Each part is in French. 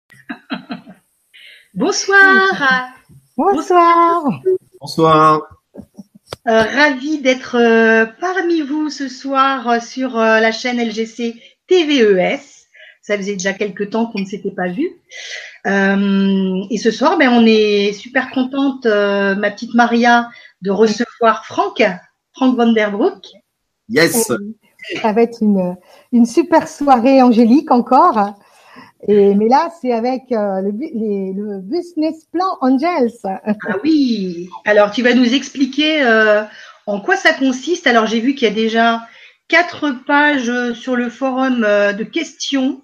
Bonsoir. Bonsoir. Bonsoir. Ravi d'être parmi vous ce soir sur la chaîne LGC TVES. Ça faisait déjà quelques temps qu'on ne s'était pas vu. Et ce soir, on est super contente, ma petite Maria, de recevoir Franck van der Broek. Yes. Ça va être une super soirée angélique encore. Mais là, c'est avec le Business Plan Angels. Ah oui. Alors, tu vas nous expliquer en quoi ça consiste. Alors, j'ai vu qu'il y a déjà 4 pages sur le forum de questions.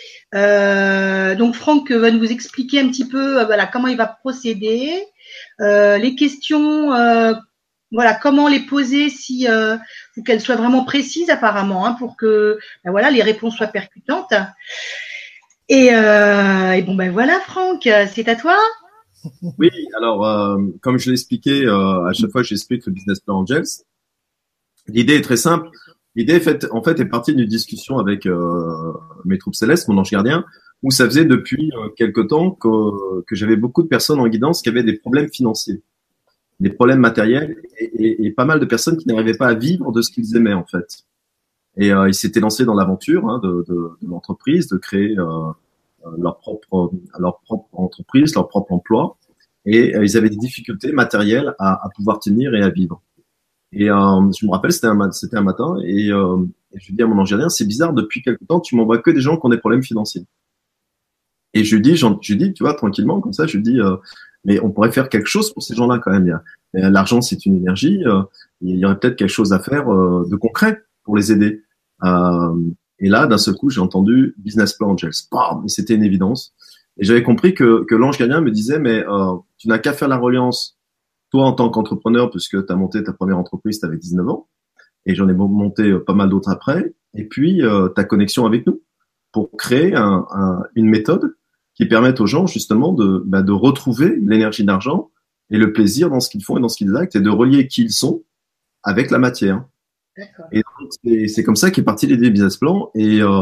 Donc, Franck va nous expliquer un petit peu comment il va procéder. Les questions, comment les poser si faut qu'elles soient vraiment précises apparemment, pour que les réponses soient percutantes. Et voilà, Franck, c'est à toi. Oui, alors comme je l'ai expliqué, à chaque fois j'explique le Business Plan Angels. L'idée est très simple. L'idée est partie d'une discussion avec mes troupes célestes, mon ange gardien, où ça faisait depuis quelque temps que j'avais beaucoup de personnes en guidance qui avaient des problèmes financiers, des problèmes matériels et pas mal de personnes qui n'arrivaient pas à vivre de ce qu'ils aimaient en fait. Et ils s'étaient lancés dans l'aventure de l'entreprise, de créer leur propre entreprise, leur propre emploi, et ils avaient des difficultés matérielles à pouvoir tenir et à vivre. Et je me rappelle, c'était un matin, et je lui dis à mon ange gardien, c'est bizarre, depuis quelque temps, tu m'envoies que des gens qui ont des problèmes financiers. Et je lui dis, tu vois, tranquillement, comme ça, je lui dis, mais on pourrait faire quelque chose pour ces gens-là quand même. L'argent, c'est une énergie, il y aurait peut-être quelque chose à faire de concret pour les aider. Et là, d'un seul coup, j'ai entendu Business Plan Angels. Bam, et c'était une évidence. Et j'avais compris que l'ange gardien me disait, mais tu n'as qu'à faire la reliance, toi en tant qu'entrepreneur, puisque tu as monté ta première entreprise, tu avais 19 ans, et j'en ai monté pas mal d'autres après, et puis ta connexion avec nous, pour créer une méthode qui permette aux gens justement de retrouver l'énergie d'argent et le plaisir dans ce qu'ils font et dans ce qu'ils actent, et de relier qui ils sont avec la matière. D'accord. Et donc, c'est comme ça qu'est parti l'idée des business plans.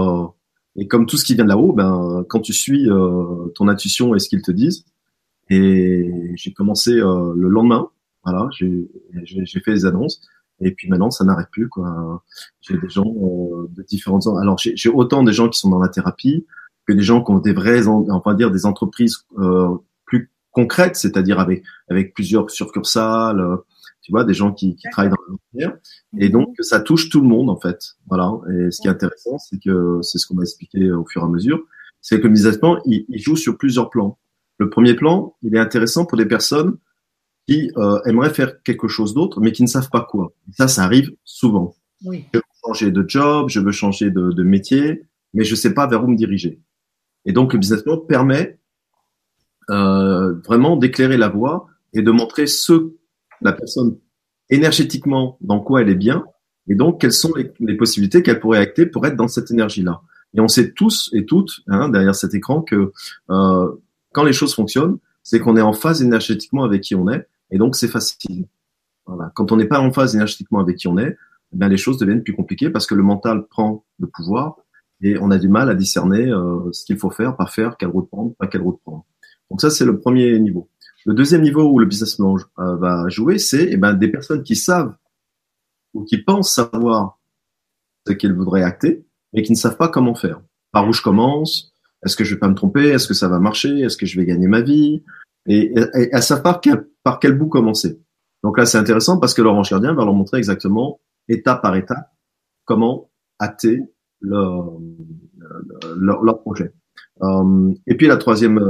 Et comme tout ce qui vient de là-haut, quand tu suis ton intuition et ce qu'ils te disent, et j'ai commencé le lendemain, voilà, j'ai fait les annonces, et puis maintenant ça n'arrête plus quoi. J'ai des gens de différentes. Alors j'ai autant des gens qui sont dans la thérapie que des gens qui ont des des entreprises plus concrètes, c'est-à-dire avec plusieurs succursales. Tu vois, des gens qui travaillent dans l'alimentaire. Et donc, ça touche tout le monde, en fait. Voilà. Et ce qui est intéressant, c'est ce qu'on m'a expliqué au fur et à mesure, c'est que le business plan, il joue sur plusieurs plans. Le premier plan, il est intéressant pour des personnes qui aimeraient faire quelque chose d'autre, mais qui ne savent pas quoi. Et ça arrive souvent. Oui. Je veux changer de job, je veux changer de métier, mais je ne sais pas vers où me diriger. Et donc, le business plan permet vraiment d'éclairer la voie et de montrer la personne énergétiquement dans quoi elle est bien, et donc quelles sont les possibilités qu'elle pourrait acter pour être dans cette énergie-là. Et on sait tous et toutes, derrière cet écran, que quand les choses fonctionnent, c'est qu'on est en phase énergétiquement avec qui on est, et donc c'est facile. Voilà. Quand on n'est pas en phase énergétiquement avec qui on est, les choses deviennent plus compliquées parce que le mental prend le pouvoir et on a du mal à discerner ce qu'il faut faire, pas faire, quelle route prendre, pas quelle route prendre. Donc ça, c'est le premier niveau. Le deuxième niveau où le business plan va jouer, c'est des personnes qui savent ou qui pensent savoir ce qu'elles voudraient acter, mais qui ne savent pas comment faire. Par où je commence? Est-ce que je vais pas me tromper? Est-ce que ça va marcher? Est-ce que je vais gagner ma vie? Et elles savent pas par quel bout commencer. Donc là, c'est intéressant parce que leur ange gardien va leur montrer exactement, étape par étape, comment acter leur projet. Et puis la troisième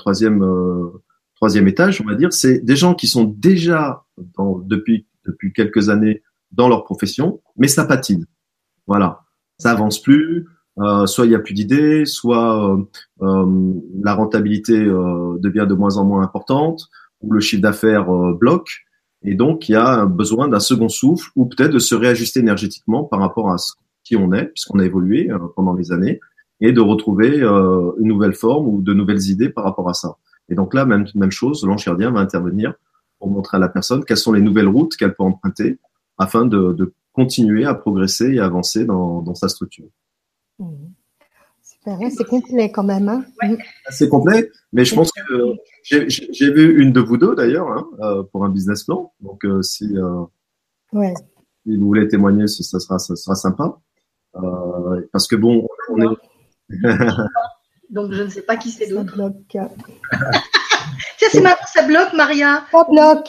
étage, on va dire, c'est des gens qui sont déjà depuis quelques années dans leur profession, mais ça patine. Voilà, ça avance plus. Soit il y a plus d'idées, soit la rentabilité devient de moins en moins importante, ou le chiffre d'affaires bloque. Et donc il y a un besoin d'un second souffle, ou peut-être de se réajuster énergétiquement par rapport à qui on est, puisqu'on a évolué pendant les années, et de retrouver une nouvelle forme ou de nouvelles idées par rapport à ça. Et donc là, même chose, l'ange gardien va intervenir pour montrer à la personne quelles sont les nouvelles routes qu'elle peut emprunter afin de continuer à progresser et avancer dans sa structure. C'est complet quand même. Hein. Ouais. Assez complet, mais je pense que j'ai vu une de vous deux d'ailleurs pour un business plan. Donc si Ouais. si vous voulez témoigner, ça sera sympa. Parce que bon, on est Donc, je ne sais pas qui c'est Ça d'autre. bloque. Tiens, c'est marrant, ça bloque, Maria. Ça bloque.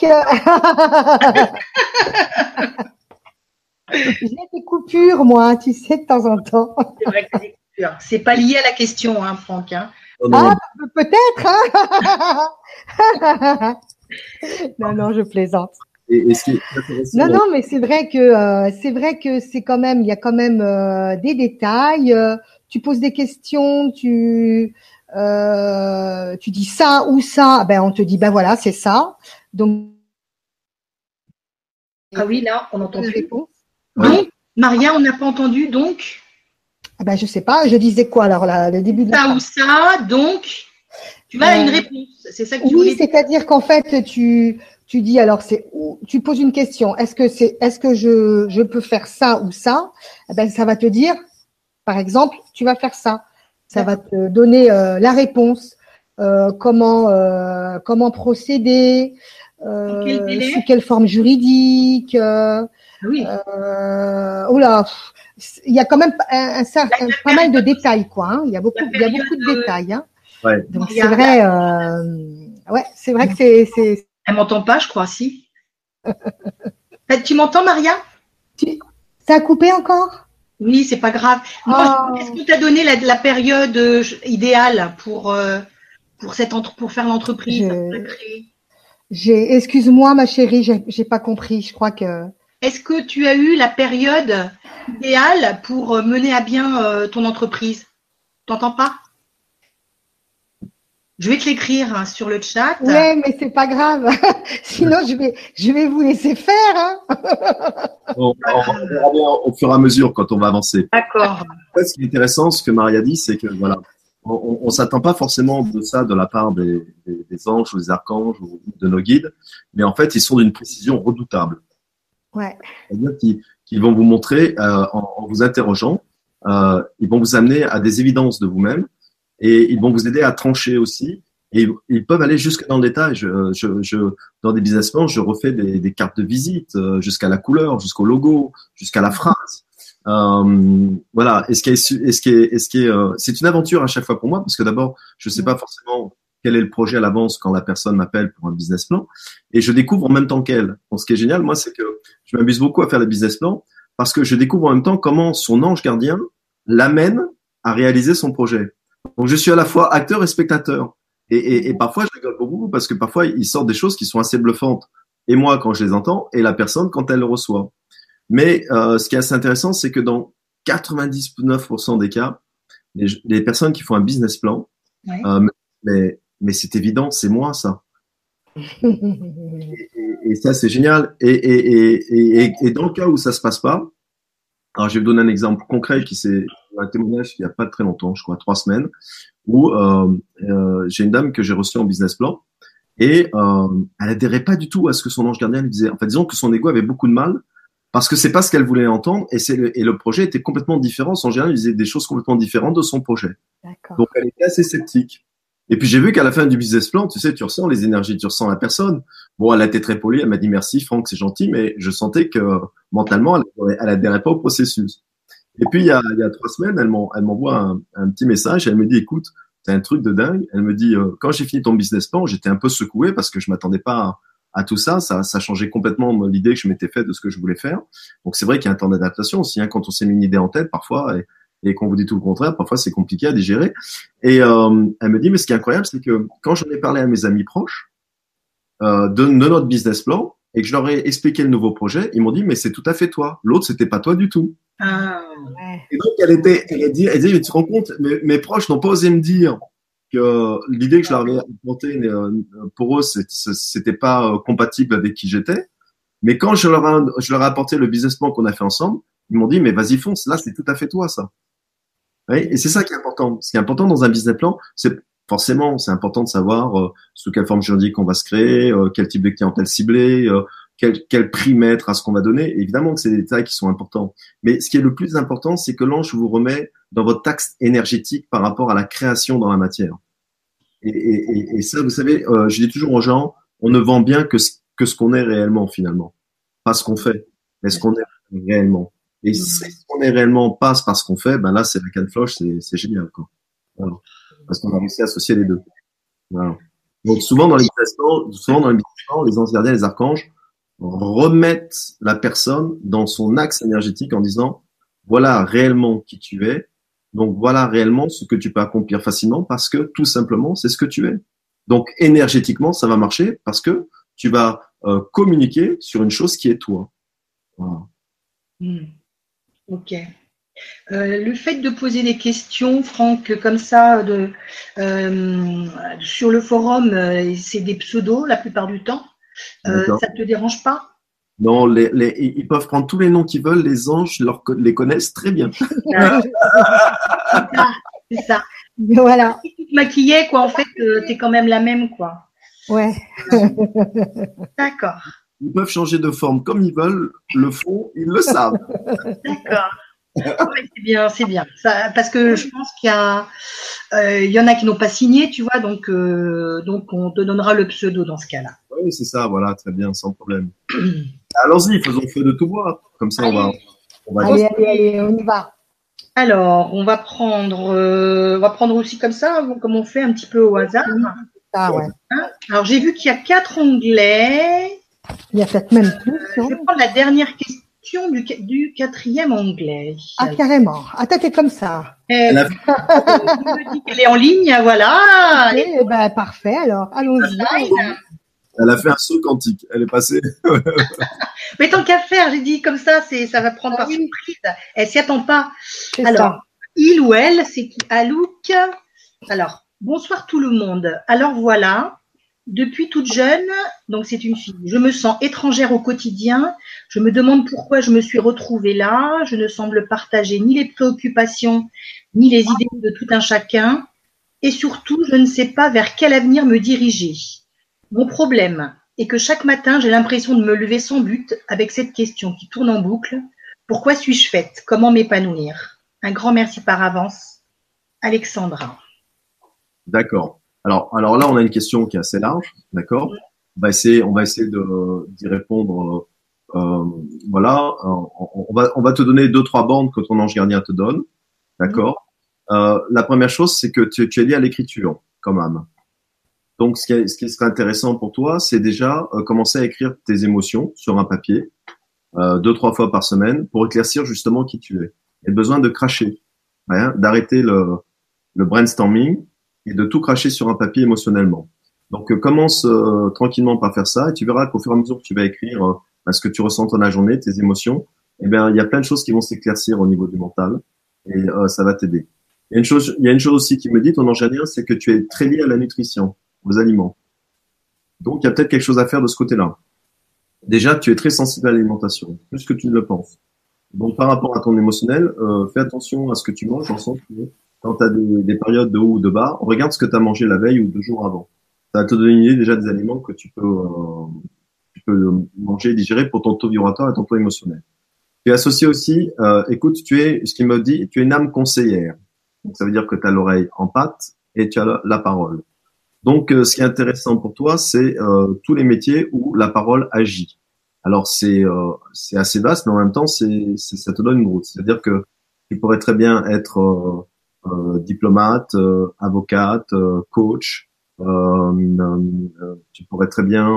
J'ai des coupures, moi, tu sais, de temps en temps. C'est vrai que c'est des coupures. C'est pas lié à la question, hein, Franck. Hein. oh non, Ah, peut-être, hein. Non, je plaisante. et ce qui est intéressant, Non, mais c'est vrai que c'est quand même, il y a quand même des détails. Tu poses des questions, tu dis ça ou ça, ben on te dit ben voilà, c'est ça. Donc Ah oui, là, on entend la plus. réponse. Donc, Maria, on n'a pas entendu. Donc, Ah ben je sais pas, je disais quoi alors là, le début de la ça ou phrase. ça. Donc, tu vas à une réponse. C'est ça que tu voulais Oui, dire. c'est-à-dire qu'en fait tu dis alors tu poses une question, est-ce que je peux faire ça ou ça? Eh ben ça va te dire par exemple, tu vas faire ça. Ça va te donner la réponse, comment procéder, Dans quel délai? sous quelle forme juridique. Oui. Oh là, il y a quand même pas mal de détails, quoi. Hein. Il y a beaucoup de détails. Hein. ouais. Donc c'est vrai, c'est vrai que c'est. Elle m'entend pas, je crois, si. Tu m'entends, Maria? Ça a coupé encore? Oui, c'est pas grave. Moi, est-ce qu'on t'a donné la période idéale pour faire l'entreprise? Excuse-moi, ma chérie, j'ai pas compris. Je crois que. Est-ce que tu as eu la période idéale pour mener à bien ton entreprise? T'entends pas? Je vais te l'écrire sur le chat. Ouais, mais c'est pas grave. Sinon, je vais vous laisser faire. Hein. On verra bien au fur et à mesure quand on va avancer. D'accord. En fait, ce qui est intéressant, ce que Maria dit, c'est que voilà, on s'attend pas forcément de ça de la part des anges ou des archanges ou de nos guides, mais en fait, ils sont d'une précision redoutable. Ouais. C'est-à-dire qu'ils vont vous montrer, en vous interrogeant, ils vont vous amener à des évidences de vous-même et ils vont vous aider à trancher aussi. Et ils peuvent aller jusque dans le détail. Dans des business plans, je refais des cartes de visite jusqu'à la couleur, jusqu'au logo, jusqu'à la phrase. Voilà. C'est une aventure à chaque fois pour moi parce que d'abord, je sais pas forcément quel est le projet à l'avance quand la personne m'appelle pour un business plan et je découvre en même temps qu'elle. Donc, ce qui est génial, moi, c'est que je m'amuse beaucoup à faire les business plans parce que je découvre en même temps comment son ange gardien l'amène à réaliser son projet. Donc, je suis à la fois acteur et spectateur. Et parfois, je rigole beaucoup parce que parfois, ils sortent des choses qui sont assez bluffantes. Et moi, quand je les entends, et la personne quand elle le reçoit. Mais ce qui est assez intéressant, c'est que dans 99% des cas, les personnes qui font un business plan, Ouais. mais c'est évident, c'est moi ça. Et ça, c'est génial. Et dans le cas où ça se passe pas, alors je vais vous donner un exemple concret un témoignage il y a pas très longtemps, je crois 3 semaines, où j'ai une dame que j'ai reçue en business plan et elle adhérait pas du tout à ce que son ange gardien lui disait. En fait, disons que son ego avait beaucoup de mal parce que c'est pas ce qu'elle voulait entendre et le projet était complètement différent. Son gardien lui disait des choses complètement différentes de son projet. D'accord. Donc elle était assez sceptique. Et puis j'ai vu qu'à la fin du business plan, tu sais, tu ressens les énergies, tu ressens la personne. Bon, elle a été très polie, elle m'a dit merci Franck, c'est gentil, mais je sentais que mentalement, elle adhérait pas au processus. Et puis il y a 3 semaines, elle m'envoie un petit message, elle me dit écoute, c'est un truc de dingue. Elle me dit quand j'ai fini ton business plan, j'étais un peu secoué parce que je m'attendais pas à tout ça. Ça changeait complètement l'idée que je m'étais faite de ce que je voulais faire. Donc c'est vrai qu'il y a un temps d'adaptation aussi. Hein, quand on s'est mis une idée en tête parfois et qu'on vous dit tout le contraire, parfois c'est compliqué à digérer. Et elle me dit mais ce qui est incroyable, c'est que quand j'en ai parlé à mes amis proches de notre business plan et que je leur ai expliqué le nouveau projet, ils m'ont dit mais c'est tout à fait toi. L'autre c'était pas toi du tout. Ah. Et donc elle dit mais tu te rends compte, mes proches n'ont pas osé me dire que l'idée que je leur avais apportée pour eux c'était pas compatible avec qui j'étais. Mais quand je leur ai apporté le business plan qu'on a fait ensemble, ils m'ont dit mais vas-y fonce, là c'est tout à fait toi ça. Oui, et c'est ça qui est important. Ce qui est important dans un business plan, c'est important de savoir sous quelle forme juridique on va se créer, quel type de clientèle cibler, quel prix mettre à ce qu'on va donner. Évidemment que c'est des détails qui sont importants. Mais ce qui est le plus important, c'est que l'ange vous remet dans votre axe énergétique par rapport à la création dans la matière. Et ça, vous savez, je dis toujours aux gens, on ne vend bien que ce qu'on est réellement, finalement. Pas ce qu'on fait, mais ce qu'on est réellement. Et si ce qu'on est réellement passe par ce qu'on fait, ben là, c'est la canne floche, c'est génial, quoi. Voilà. Parce qu'on a réussi à associer les deux. Voilà. Donc, souvent dans les méditations, les anges gardiens, les archanges remettent la personne dans son axe énergétique en disant, voilà réellement qui tu es. Donc, voilà réellement ce que tu peux accomplir facilement parce que, tout simplement, c'est ce que tu es. Donc, énergétiquement, ça va marcher parce que tu vas communiquer sur une chose qui est toi. Voilà. Ok. Le fait de poser des questions, Franck, comme ça, sur le forum, c'est des pseudos la plupart du temps. Ça ne te dérange pas? Non, ils peuvent prendre tous les noms qu'ils veulent, les anges les connaissent très bien. C'est ça. Voilà. Si tu te maquillais, quoi, en fait, t'es quand même la même, quoi. Ouais. D'accord. Ils peuvent changer de forme comme ils veulent, le fond, ils le savent. D'accord. Ouais, c'est bien. Ça, parce que je pense qu'il y en a qui n'ont pas signé, tu vois, donc on te donnera le pseudo dans ce cas-là. Oui, c'est ça, voilà, très bien, sans problème. Allons-y, faisons feu de tout bois. Comme ça, on va. Allez, on y va. Alors, on va prendre aussi comme ça, comme on fait un petit peu au hasard. Ah, ouais. Alors, j'ai vu qu'il y a 4 onglets. Il y a peut-être même plus, Je vais prendre la dernière question du 4e onglet. Ah, carrément. Ah, t'es comme ça. Elle me dit qu'elle est en ligne, voilà. Okay, ben, parfait, alors. Allons-y. Elle a fait un saut quantique. Elle est passée. Mais tant qu'à faire, j'ai dit comme ça, ça va prendre par surprise. Elle s'y attend pas. Alors, il ou elle, c'est qui? Alouk. Alors, bonsoir tout le monde. Alors voilà, depuis toute jeune, donc c'est une fille, je me sens étrangère au quotidien. Je me demande pourquoi je me suis retrouvée là. Je ne semble partager ni les préoccupations, ni les idées de tout un chacun. Et surtout, je ne sais pas vers quel avenir me diriger. Mon problème est que chaque matin, j'ai l'impression de me lever sans but avec cette question qui tourne en boucle. Pourquoi suis-je faite? Comment m'épanouir? Un grand merci par avance. Alexandra. D'accord. Alors là, on a une question qui est assez large, d'accord. On va essayer d'y répondre. Voilà. On va te donner 2-3 bandes que ton ange gardien te donne, d'accord. La première chose, c'est que tu es lié à l'écriture, comme âme. Donc, ce qui serait intéressant pour toi, c'est déjà commencer à écrire tes émotions sur un papier 2-3 fois par semaine pour éclaircir justement qui tu es. Il y a besoin de cracher, d'arrêter le brainstorming et de tout cracher sur un papier émotionnellement. Donc, commence tranquillement par faire ça et tu verras qu'au fur et à mesure que tu vas écrire ce que tu ressens dans la journée, tes émotions, eh bien, il y a plein de choses qui vont s'éclaircir au niveau du mental et ça va t'aider. Il y a une chose aussi qui me dit, ton ange gardien, c'est que tu es très lié à la nutrition, aux aliments. Donc, il y a peut-être quelque chose à faire de ce côté-là. Déjà, tu es très sensible à l'alimentation, plus que tu ne le penses. Donc, par rapport à ton émotionnel, fais attention à ce que tu manges, dans le sens que quand tu as des périodes de haut ou de bas, regarde ce que tu as mangé la veille ou 2 jours avant. Ça va te donner une idée déjà des aliments que tu peux manger et digérer pour ton taux vibratoire et ton taux émotionnel. Tu es associé aussi, écoute, ce qu'il me dit, tu es une âme conseillère. Donc, ça veut dire que tu as l'oreille en pâte et tu as la parole. Donc, ce qui est intéressant pour toi, c'est tous les métiers où la parole agit. Alors, c'est assez vaste, mais en même temps, ça te donne une route. C'est-à-dire que tu pourrais très bien être diplomate, avocate, coach. Tu pourrais très bien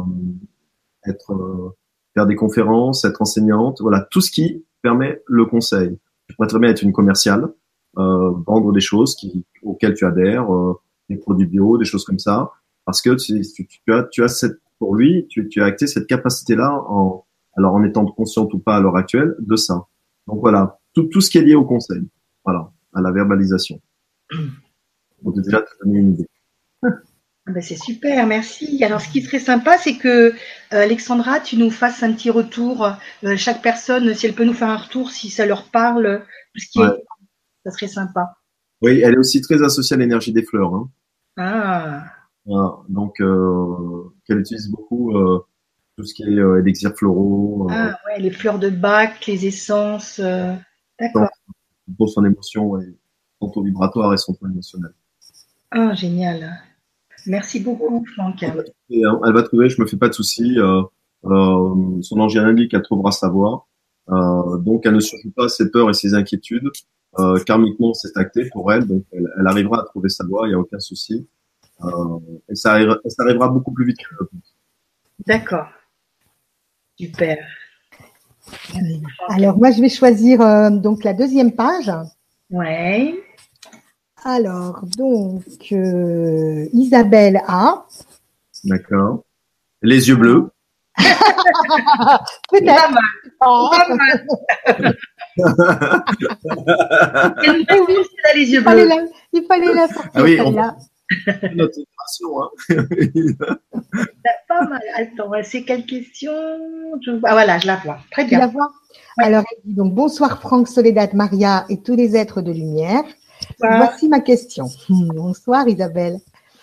faire des conférences, être enseignante. Voilà, tout ce qui permet le conseil. Tu pourrais très bien être une commerciale, vendre des choses auxquelles tu adhères. Des produits bio, des choses comme ça, parce que tu as pour lui, tu as acté cette capacité-là en étant consciente ou pas à l'heure actuelle de ça. Donc voilà, tout ce qui est lié au conseil, voilà, à la verbalisation. Donc déjà, tu as donné une idée. Ben c'est super, merci. Alors, ce qui serait sympa, c'est que Alexandra, tu nous fasses un petit retour. Chaque personne, si elle peut nous faire un retour, si ça leur parle, tout ce qui est, ça serait sympa. Oui, elle est aussi très associée à l'énergie des fleurs. Hein. Ah. Voilà, donc, qu'elle utilise beaucoup tout ce qui est élixirs floraux, Ah ouais, les fleurs de bac, les essences. D'accord. pour son émotion, son taux vibratoire et son taux émotionnel. Ah, génial. Merci beaucoup, Franck. Et, elle va trouver, je me fais pas de soucis. Son ange gardien dit qu'elle trouvera sa voie. Donc, elle ne surjoue pas ses peurs et ses inquiétudes. Karmiquement, c'est acté pour elle, donc elle arrivera à trouver sa voie, il n'y a aucun souci. Et ça arrivera beaucoup plus vite que le pense. D'accord. Super. Alors, moi, je vais choisir donc la deuxième page. Ouais. Alors, donc, Isabelle A. D'accord. Les yeux bleus. Peut-être. Pas mal. Elle nous fait aussi, elle a les yeux bleus. Il fallait la sortir. Ah oui, celle-là. Notre génération, hein. Pas mal. Attends, c'est quelle question? Ah voilà, je la vois. Très Tu bien. la vois? Alors, elle dit donc bonsoir Franck, Soledad, Maria et tous les êtres de lumière. Voici ma question. Bonsoir Isabelle.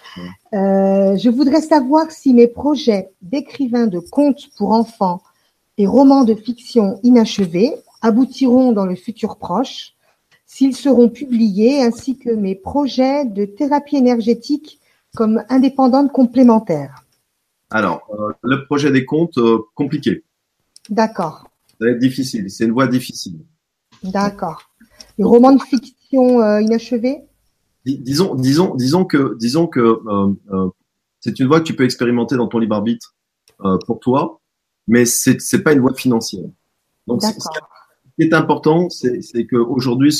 Je voudrais savoir si mes projets d'écrivain de contes pour enfants et romans de fiction inachevés aboutiront dans le futur proche, s'ils seront publiés, ainsi que mes projets de thérapie énergétique comme indépendante complémentaire. Alors, le projet des contes, compliqué. D'accord. Ça va être difficile. C'est une voie difficile. D'accord. Les romans de fiction inachevés? Disons que c'est une voie que tu peux expérimenter dans ton libre arbitre pour toi, mais c'est pas une voie financière. Donc, ce qui est important, c'est que aujourd'hui,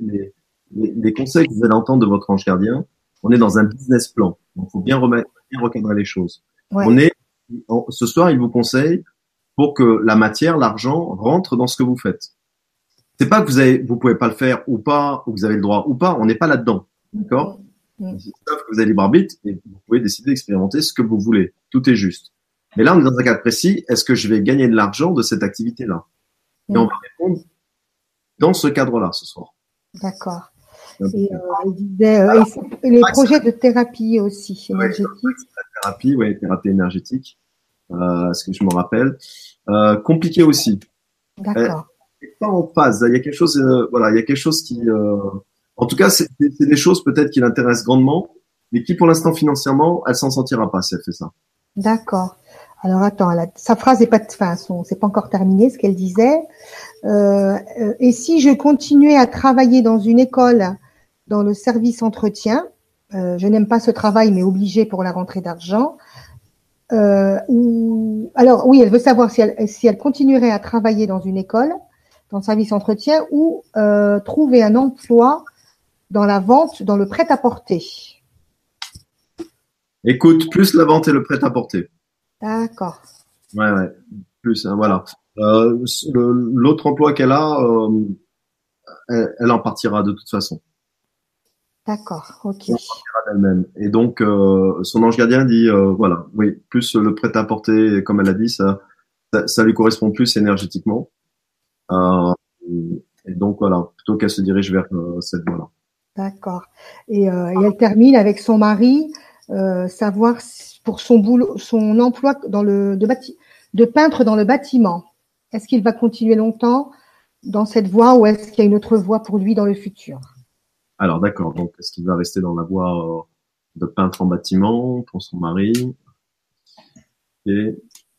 les conseils que vous allez entendre de votre ange gardien, on est dans un business plan. Donc, faut bien recadrer les choses. Ouais. Ce soir, il vous conseille pour que la matière, l'argent rentre dans ce que vous faites. C'est pas que vous pouvez pas le faire ou pas, ou que vous avez le droit ou pas. On n'est pas là-dedans. D'accord? Ils savent que vous avez libre arbitre et vous pouvez décider d'expérimenter ce que vous voulez. Tout est juste. Mais là, on est dans un cas précis. Est-ce que je vais gagner de l'argent de cette activité-là? Et on va répondre dans ce cadre-là ce soir. D'accord. Et il disait les projets de thérapie aussi énergétique. Thérapie énergétique. Ce que je me rappelle. Compliqué aussi. D'accord. Pas en phase. Il y a quelque chose. Il y a quelque chose qui. En tout cas, c'est des choses peut-être qui l'intéressent grandement, mais qui pour l'instant financièrement, elle s'en sortira pas si elle fait ça. D'accord. Alors attends, sa phrase est pas, c'est pas encore terminé ce qu'elle disait. Et si je continuais à travailler dans une école, dans le service entretien, je n'aime pas ce travail, mais obligée pour la rentrée d'argent. Alors oui, elle veut savoir si elle continuerait à travailler dans une école, dans le service entretien, ou trouver un emploi dans la vente, dans le prêt-à-porter. Écoute, plus la vente et le prêt-à-porter. D'accord. Ouais. Plus, hein, voilà. L'autre emploi qu'elle a, elle en partira de toute façon. D'accord, ok. Elle en partira d'elle-même. Et donc, son ange gardien dit, plus le prêt-à-porter, comme elle a dit, ça lui correspond plus énergétiquement. Et donc, voilà, plutôt qu'elle se dirige vers cette voie-là. D'accord. Et elle termine avec son mari, savoir pour son boulot, son emploi de peintre dans le bâtiment. Est-ce qu'il va continuer longtemps dans cette voie ou est-ce qu'il y a une autre voie pour lui dans le futur? Alors, d'accord. Donc, est-ce qu'il va rester dans la voie de peintre en bâtiment pour son mari? Et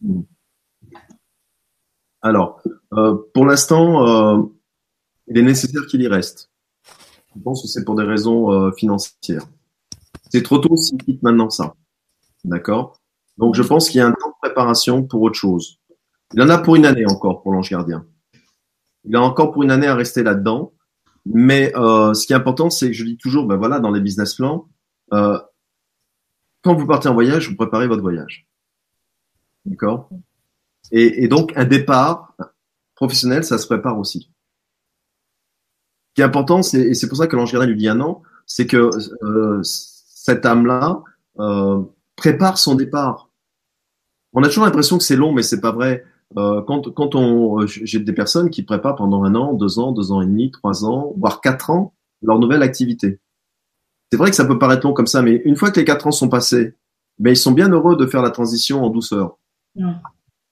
alors, pour l'instant, il est nécessaire qu'il y reste. Je pense que c'est pour des raisons financières. C'est trop tôt s'il quitte maintenant ça. D'accord? Donc, je pense qu'il y a un temps de préparation pour autre chose. Il en a pour une année encore pour l'ange gardien. Il a encore pour une année à rester là-dedans. Mais ce qui est important, c'est que je dis toujours, dans les business plans, quand vous partez en voyage, vous préparez votre voyage. D'accord? Et donc, un départ professionnel, ça se prépare aussi. Ce qui est important, et c'est pour ça que l'ange gardien lui dit un an, c'est que cette âme-là prépare son départ. On a toujours l'impression que c'est long, mais c'est pas vrai. J'ai des personnes qui préparent pendant 1 an, 2 ans, 2 ans et demi, 3 ans, voire 4 ans leur nouvelle activité. C'est vrai que ça peut paraître long comme ça, mais une fois que les 4 ans sont passés, ils sont bien heureux de faire la transition en douceur.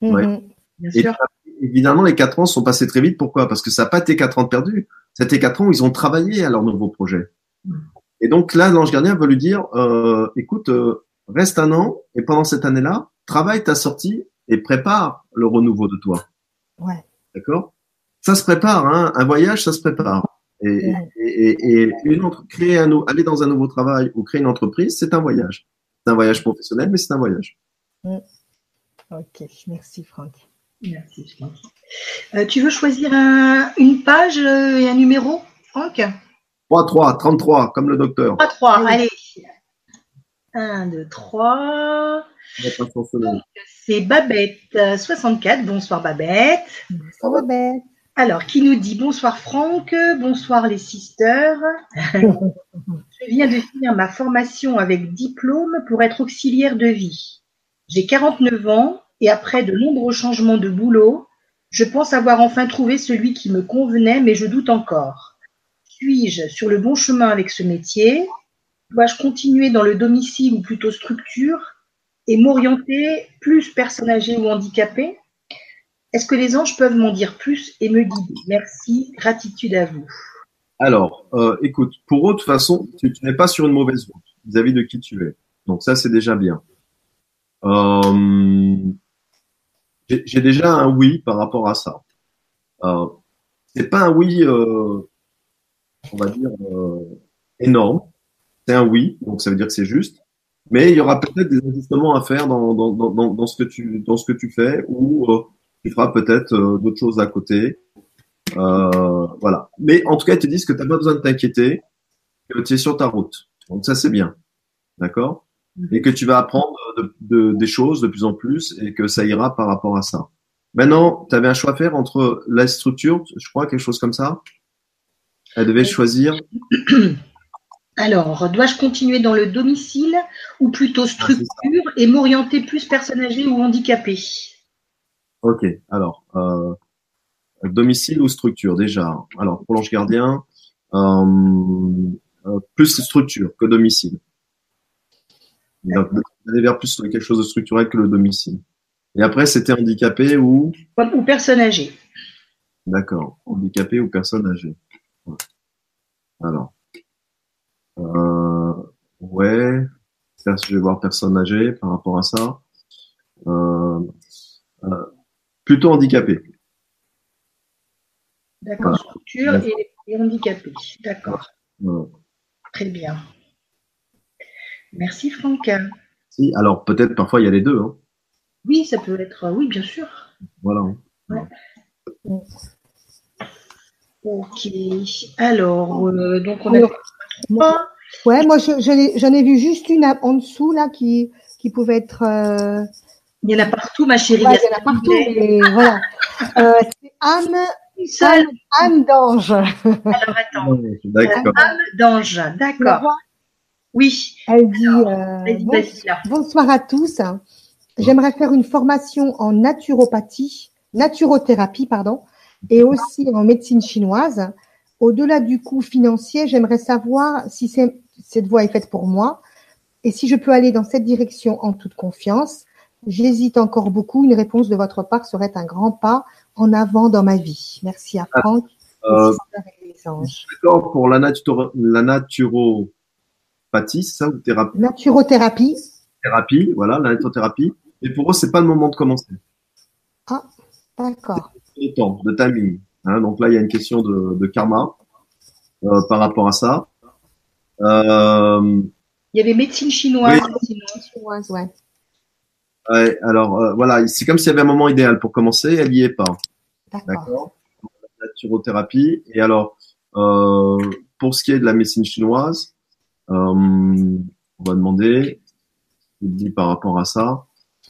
Ouais. Bien Et sûr. évidemment, les 4 ans sont passés très vite. Pourquoi? Parce que ça n'a pas été 4 ans de perdus. C'était 4 ans où ils ont travaillé à leur nouveau projet. Et donc là, l'ange gardien veut lui dire, écoute, reste un an et pendant cette année-là, travaille ta sortie et prépare le renouveau de toi. Ouais. D'accord? Ça se prépare, hein. Un voyage, ça se prépare. Et aller dans un nouveau travail ou créer une entreprise, c'est un voyage. C'est un voyage professionnel, mais c'est un voyage. Ok, merci Franck. Merci, Franck. Tu veux choisir une page et un numéro, Franck? 3, 33, comme le docteur. 3, allez. 1, 2, 3. C'est Babette 64. Bonsoir Babette. Bonsoir Babette. Alors, qui nous dit bonsoir Franck, bonsoir les sisters. Je viens de finir ma formation avec diplôme pour être auxiliaire de vie. J'ai 49 ans et après de nombreux changements de boulot, je pense avoir enfin trouvé celui qui me convenait, mais je doute encore. Suis-je sur le bon chemin avec ce métier? Dois-je continuer dans le domicile ou plutôt structure et m'orienter plus personnes âgées ou handicapées? Est-ce que les anges peuvent m'en dire plus et me guider? Merci, gratitude à vous. Alors, écoute, pour eux, de toute façon, tu n'es pas sur une mauvaise route vis-à-vis de qui tu es. Donc ça, c'est déjà bien. J'ai déjà un oui par rapport à ça. C'est pas un oui, on va dire, énorme. C'est un oui, donc ça veut dire que c'est juste. Mais il y aura peut-être des ajustements à faire dans ce que tu fais ou tu feras peut-être d'autres choses à côté. Voilà. Mais en tout cas, ils te disent que tu n'as pas besoin de t'inquiéter, que tu es sur ta route. Donc ça, c'est bien. D'accord? Et que tu vas apprendre des choses de plus en plus et que ça ira par rapport à ça. Maintenant, tu avais un choix à faire entre la structure, je crois, quelque chose comme ça. Elle devait choisir. Alors, dois-je continuer dans le domicile ou plutôt structure et m'orienter plus personnes âgées ou handicapées? Ok, alors, domicile ou structure déjà. Alors, pour l'ange gardien, plus structure que domicile. Donc, aller vers plus quelque chose de structurel que le domicile. Et après, c'était handicapé ou personne âgée. D'accord, handicapé ou personne âgée. Alors, ouais, je vais voir personne âgée par rapport à ça. Plutôt handicapé. D'accord, structure et handicapé. D'accord. Voilà. Très bien. Merci Franck. Si, alors peut-être parfois il y a les deux. Hein. Oui, ça peut être. Oui, bien sûr. Voilà. Ouais. Ok. Alors, donc on a fait. Ouais, moi j'en ai vu juste une en dessous là qui pouvait être. Il y en a partout, ma chérie. Ouais, il y en a partout. Et voilà. C'est Anne d'Ange. Alors attends. D'accord. Anne d'Ange. D'accord. Oui. Elle dit bonsoir à tous. J'aimerais faire une formation en naturothérapie, et aussi en médecine chinoise. Au-delà du coût financier, j'aimerais savoir si cette voie est faite pour moi et si je peux aller dans cette direction en toute confiance. J'hésite encore beaucoup. Une réponse de votre part serait un grand pas en avant dans ma vie. Merci à Franck. D'accord, pour la naturopathie, c'est ça, ou thérapie? Naturothérapie. Thérapie, voilà, la naturothérapie. Et pour eux, c'est pas le moment de commencer. Ah, d'accord. De temps, de timing. Hein, donc là, il y a une question de karma par rapport à ça. Il y avait médecine chinoise. Oui. Chinoise, ouais. Ouais, alors voilà, c'est comme s'il y avait un moment idéal pour commencer, elle n'y est pas. D'accord. Naturothérapie. Et alors, pour ce qui est de la médecine chinoise, on va demander, il dit par rapport à ça.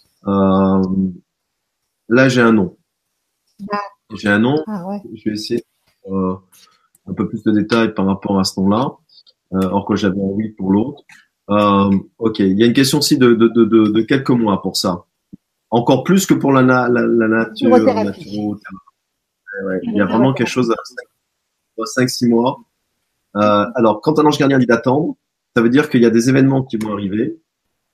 Là, j'ai un nom. J'ai un nom. Ah, ouais. Je vais essayer un peu plus de détails par rapport à ce nom-là, or que j'avais un oui pour l'autre. Ok, il y a une question aussi de quelques mois pour ça. Encore plus que pour la naturothérapie. Ouais, il y a vraiment quelque chose à 5-6 mois. Alors, quand un ange gardien dit d'attendre, ça veut dire qu'il y a des événements qui vont arriver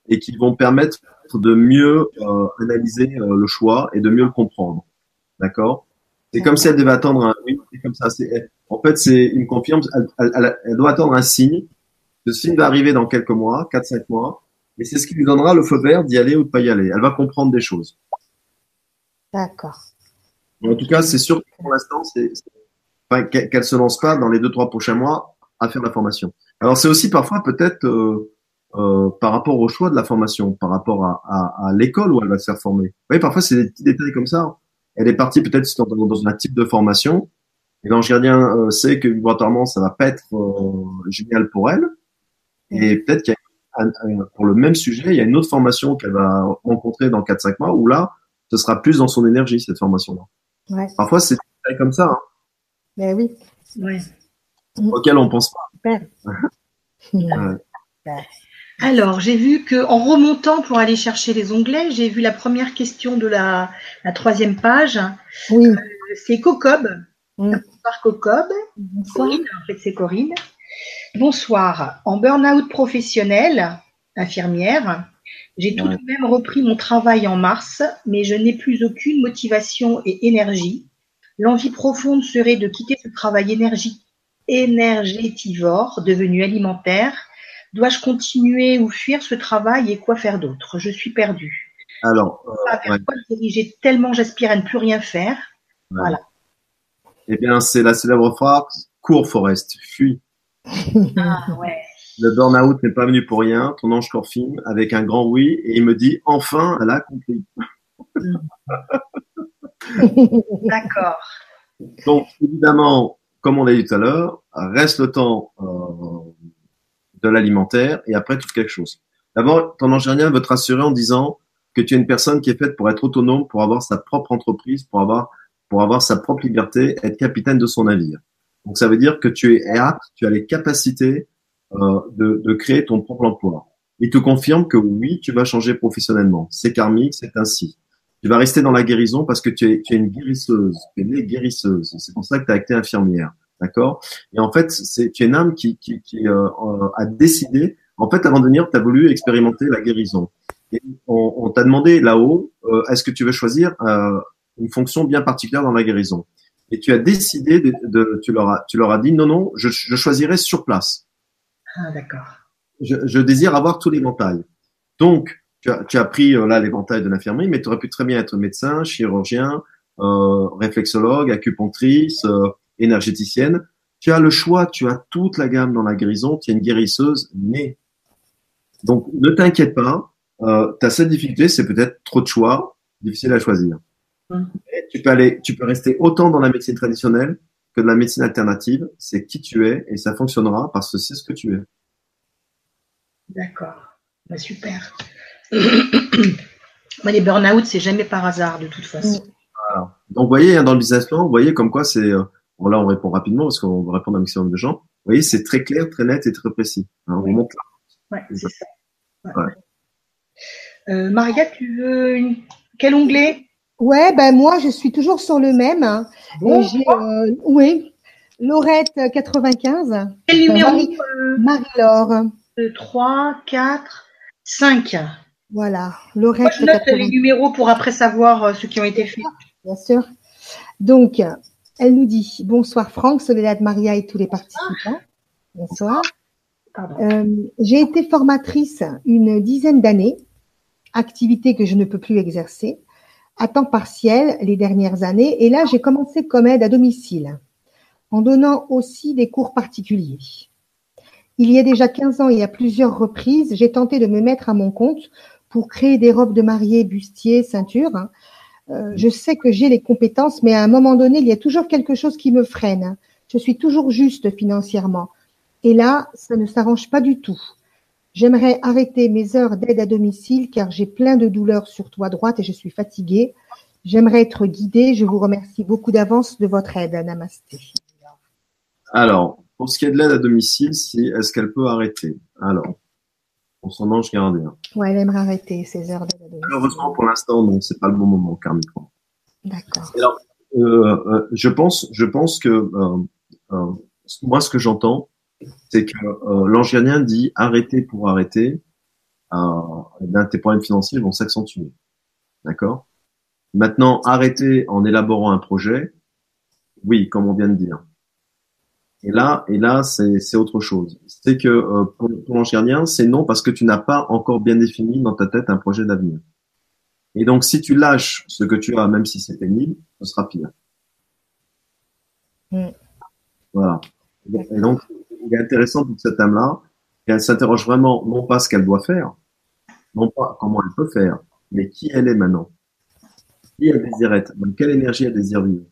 et qui vont permettre de mieux analyser le choix et de mieux le comprendre. D'accord? C'est comme si elle devait attendre un oui, c'est comme ça. En fait, il me confirme, elle doit attendre un signe. Ce signe va arriver dans quelques mois, 4-5 mois, et c'est ce qui lui donnera le feu vert d'y aller ou de pas y aller. Elle va comprendre des choses. D'accord. En tout cas, c'est sûr que pour l'instant, enfin, qu'elle se lance pas dans les 2-3 prochains mois à faire la formation. Alors, c'est aussi parfois peut-être par rapport au choix de la formation, par rapport à l'école où elle va se faire former. Oui, parfois, c'est des petits détails comme ça. Elle est partie peut-être dans un type de formation, et l'ange gardien sait que vibratoirement, ça va pas être génial pour elle. Et peut-être qu'il y a pour le même sujet, il y a une autre formation qu'elle va rencontrer dans 4-5 mois, où là, ce sera plus dans son énergie, cette formation-là. Ouais. Parfois, c'est des détails comme ça, hein, Ben oui. Ouais. auxquels on pense pas. Super. Ouais. Alors, j'ai vu que en remontant pour aller chercher les onglets, j'ai vu la première question de la 3e page. Oui. C'est Cocob. Mm. Bonsoir Cocob. Bonsoir. Corinne, en fait c'est Corinne. Bonsoir. En burn-out professionnel, infirmière, j'ai tout de même repris mon travail en mars, mais je n'ai plus aucune motivation et énergie. L'envie profonde serait de quitter ce travail énergétivore, devenu alimentaire. Dois-je continuer ou fuir ce travail et quoi faire d'autre? Je suis perdue. Alors, Vers quoi me diriger tellement j'aspire à ne plus rien faire. Ouais. Voilà. Eh bien, c'est la célèbre phrase cours, Forest, fuis. Ah ouais. Le burn-out n'est pas venu pour rien. Ton ange filme avec un grand oui, et il me dit enfin, elle a compris. D'accord. Donc, évidemment, comme on l'a dit tout à l'heure, reste le temps de l'alimentaire et après trouve quelque chose. D'abord, ton ange gardien veut te rassurer en disant que tu es une personne qui est faite pour être autonome, pour avoir sa propre entreprise, pour avoir sa propre liberté, être capitaine de son navire. Donc, ça veut dire que tu es apte, tu as les capacités de créer ton propre emploi. Il te confirme que oui, tu vas changer professionnellement. C'est karmique, c'est ainsi. Tu vas rester dans la guérison parce que tu es une guérisseuse, tu es née guérisseuse. C'est pour ça que tu as été infirmière, d'accord? Et en fait, tu es une âme qui a décidé. En fait, avant de venir, tu as voulu expérimenter la guérison. Et on t'a demandé là-haut, est-ce que tu veux choisir une fonction bien particulière dans la guérison? Et tu as décidé tu leur as dit non, je choisirai sur place. Ah d'accord. Je désire avoir tous les ventails. Donc, tu as pris là l'éventail de l'infirmerie, mais tu aurais pu très bien être médecin, chirurgien, réflexologue, acupunctrice, énergéticienne. Tu as le choix, tu as toute la gamme dans la guérison, tu es une guérisseuse née. Donc, ne t'inquiète pas, ta seule difficulté, c'est peut-être trop de choix, difficile à choisir. Et tu peux rester autant dans la médecine traditionnelle que de la médecine alternative. C'est qui tu es et ça fonctionnera parce que c'est ce que tu es. D'accord. Bah, super. Moi, les burn-out, c'est jamais par hasard de toute façon. Voilà. Donc, vous voyez, dans le business plan, vous voyez comme quoi c'est. Bon, là, on répond rapidement parce qu'on va répondre à un maximum de gens. Vous voyez, c'est très clair, très net et très précis. Hein, on montre là. Ouais, c'est ça. Ouais. Maria, tu veux quel onglet? Ouais, ben moi, je suis toujours sur le même. Hein. Bon, oui, Laurette 95. Quel numéro? Marie-Laure. 2, 3, 4, 5. Voilà, Laurette. Moi, je note les numéros pour après savoir ceux qui ont été faits. Bien sûr. Donc, elle nous dit bonsoir Franck, Soledad, Maria et tous les participants. Bonsoir. J'ai été formatrice une dizaine d'années, activité que je ne peux plus exercer, à temps partiel les dernières années. Et là, j'ai commencé comme aide à domicile, en donnant aussi des cours particuliers. Il y a déjà 15 ans et à plusieurs reprises, j'ai tenté de me mettre à mon compte pour créer des robes de mariée, bustiers, ceintures. Je sais que j'ai les compétences, mais à un moment donné, il y a toujours quelque chose qui me freine. Je suis toujours juste financièrement. Et là, ça ne s'arrange pas du tout. J'aimerais arrêter mes heures d'aide à domicile car j'ai plein de douleurs sur toit droite et je suis fatiguée. J'aimerais être guidée. Je vous remercie beaucoup d'avance de votre aide. Namasté. Alors, pour ce qui est de l'aide à domicile, est-ce qu'elle peut arrêter? Alors, pour son ange gardien. Ouais, elle aimerait arrêter ses heures d'aide à domicile. Malheureusement, pour l'instant, non, c'est pas le bon moment, karmiquement. D'accord. Alors, je pense que moi, ce que j'entends, c'est que l'ange gardien dit arrêter pour arrêter. eh bien, tes problèmes financiers vont s'accentuer. D'accord? Maintenant, arrêter en élaborant un projet, oui, comme on vient de dire. Et là, c'est autre chose. C'est que pour l'ange gardien, c'est non parce que tu n'as pas encore bien défini dans ta tête un projet d'avenir. Et donc, si tu lâches ce que tu as, même si c'est pénible, ce sera pire. Voilà. Et donc, il est intéressant pour cette âme-là qu'elle s'interroge vraiment, non pas ce qu'elle doit faire, non pas comment elle peut faire, mais qui elle est maintenant. Qui elle désire être, dans quelle énergie elle désire vivre.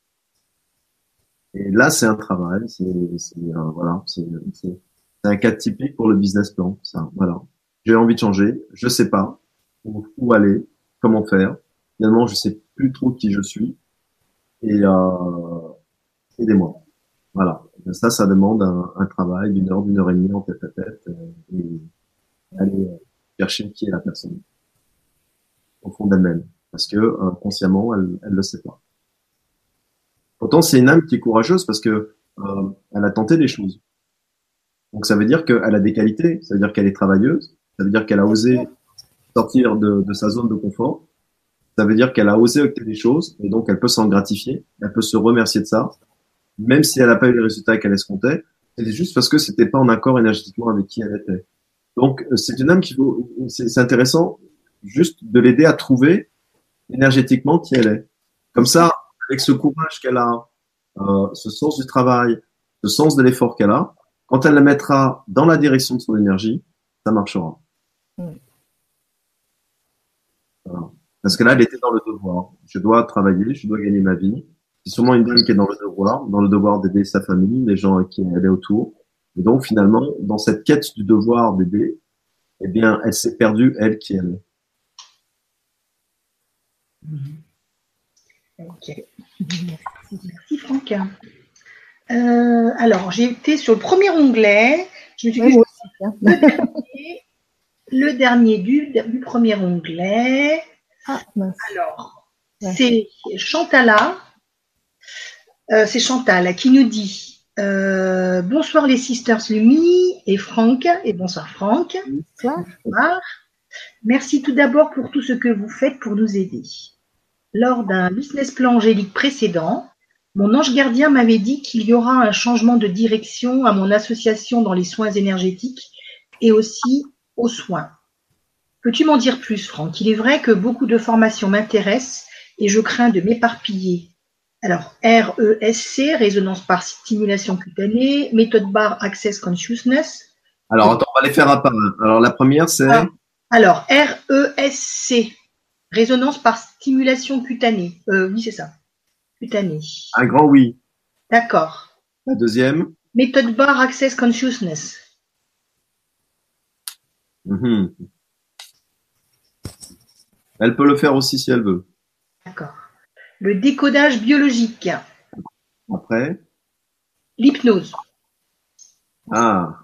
Et là, c'est un travail, voilà, c'est un cas typique pour le business plan, ça, voilà. J'ai envie de changer, je sais pas où aller, comment faire. Finalement, je sais plus trop qui je suis et aidez-moi. Voilà. Ça demande un travail d'une heure et demie en tête à tête et aller chercher qui est la personne au fond d'elle-même, parce que consciemment, elle le sait pas. Pourtant, c'est une âme qui est courageuse parce que elle a tenté des choses. Donc, ça veut dire qu'elle a des qualités, ça veut dire qu'elle est travailleuse, ça veut dire qu'elle a osé sortir de sa zone de confort, ça veut dire qu'elle a osé opter des choses et donc elle peut s'en gratifier, elle peut se remercier de ça, même si elle n'a pas eu les résultats qu'elle escomptait, c'est juste parce que c'était pas en accord énergétiquement avec qui elle était. Donc, c'est une âme c'est intéressant juste de l'aider à trouver énergétiquement qui elle est. Comme ça, avec ce courage qu'elle a, ce sens du travail, ce sens de l'effort qu'elle a, quand elle la mettra dans la direction de son énergie, ça marchera. Voilà. Parce que là, elle était dans le devoir. Je dois travailler, je dois gagner ma vie. C'est sûrement une dame qui est dans le devoir d'aider sa famille, les gens à qui elle est autour. Et donc, finalement, dans cette quête du devoir d'aider, eh bien, elle s'est perdue, elle, qui elle est. Ok. Merci Franck. Alors, j'ai été sur le premier onglet. Je me suis dit, le dernier du premier onglet. Alors, c'est Chantala. C'est Chantal qui nous dit bonsoir les Sisters Lumi et Franck. Et bonsoir Franck. Bonsoir. Merci tout d'abord pour tout ce que vous faites pour nous aider. Lors d'un business plan angélique précédent, mon ange gardien m'avait dit qu'il y aura un changement de direction à mon association dans les soins énergétiques et aussi aux soins. Peux-tu m'en dire plus, Franck? Il est vrai que beaucoup de formations m'intéressent et je crains de m'éparpiller. Alors, RESC, résonance par stimulation cutanée, méthode bar Access Consciousness. Alors, attends, on va les faire un par un. Alors, la première, c'est… Alors, RESC, résonance par stimulation cutanée. Oui, c'est ça. Cutanée. Un grand oui. D'accord. La deuxième. Méthode bar Access Consciousness. Elle peut le faire aussi si elle veut. D'accord. Le décodage biologique. Après. L'hypnose. Ah.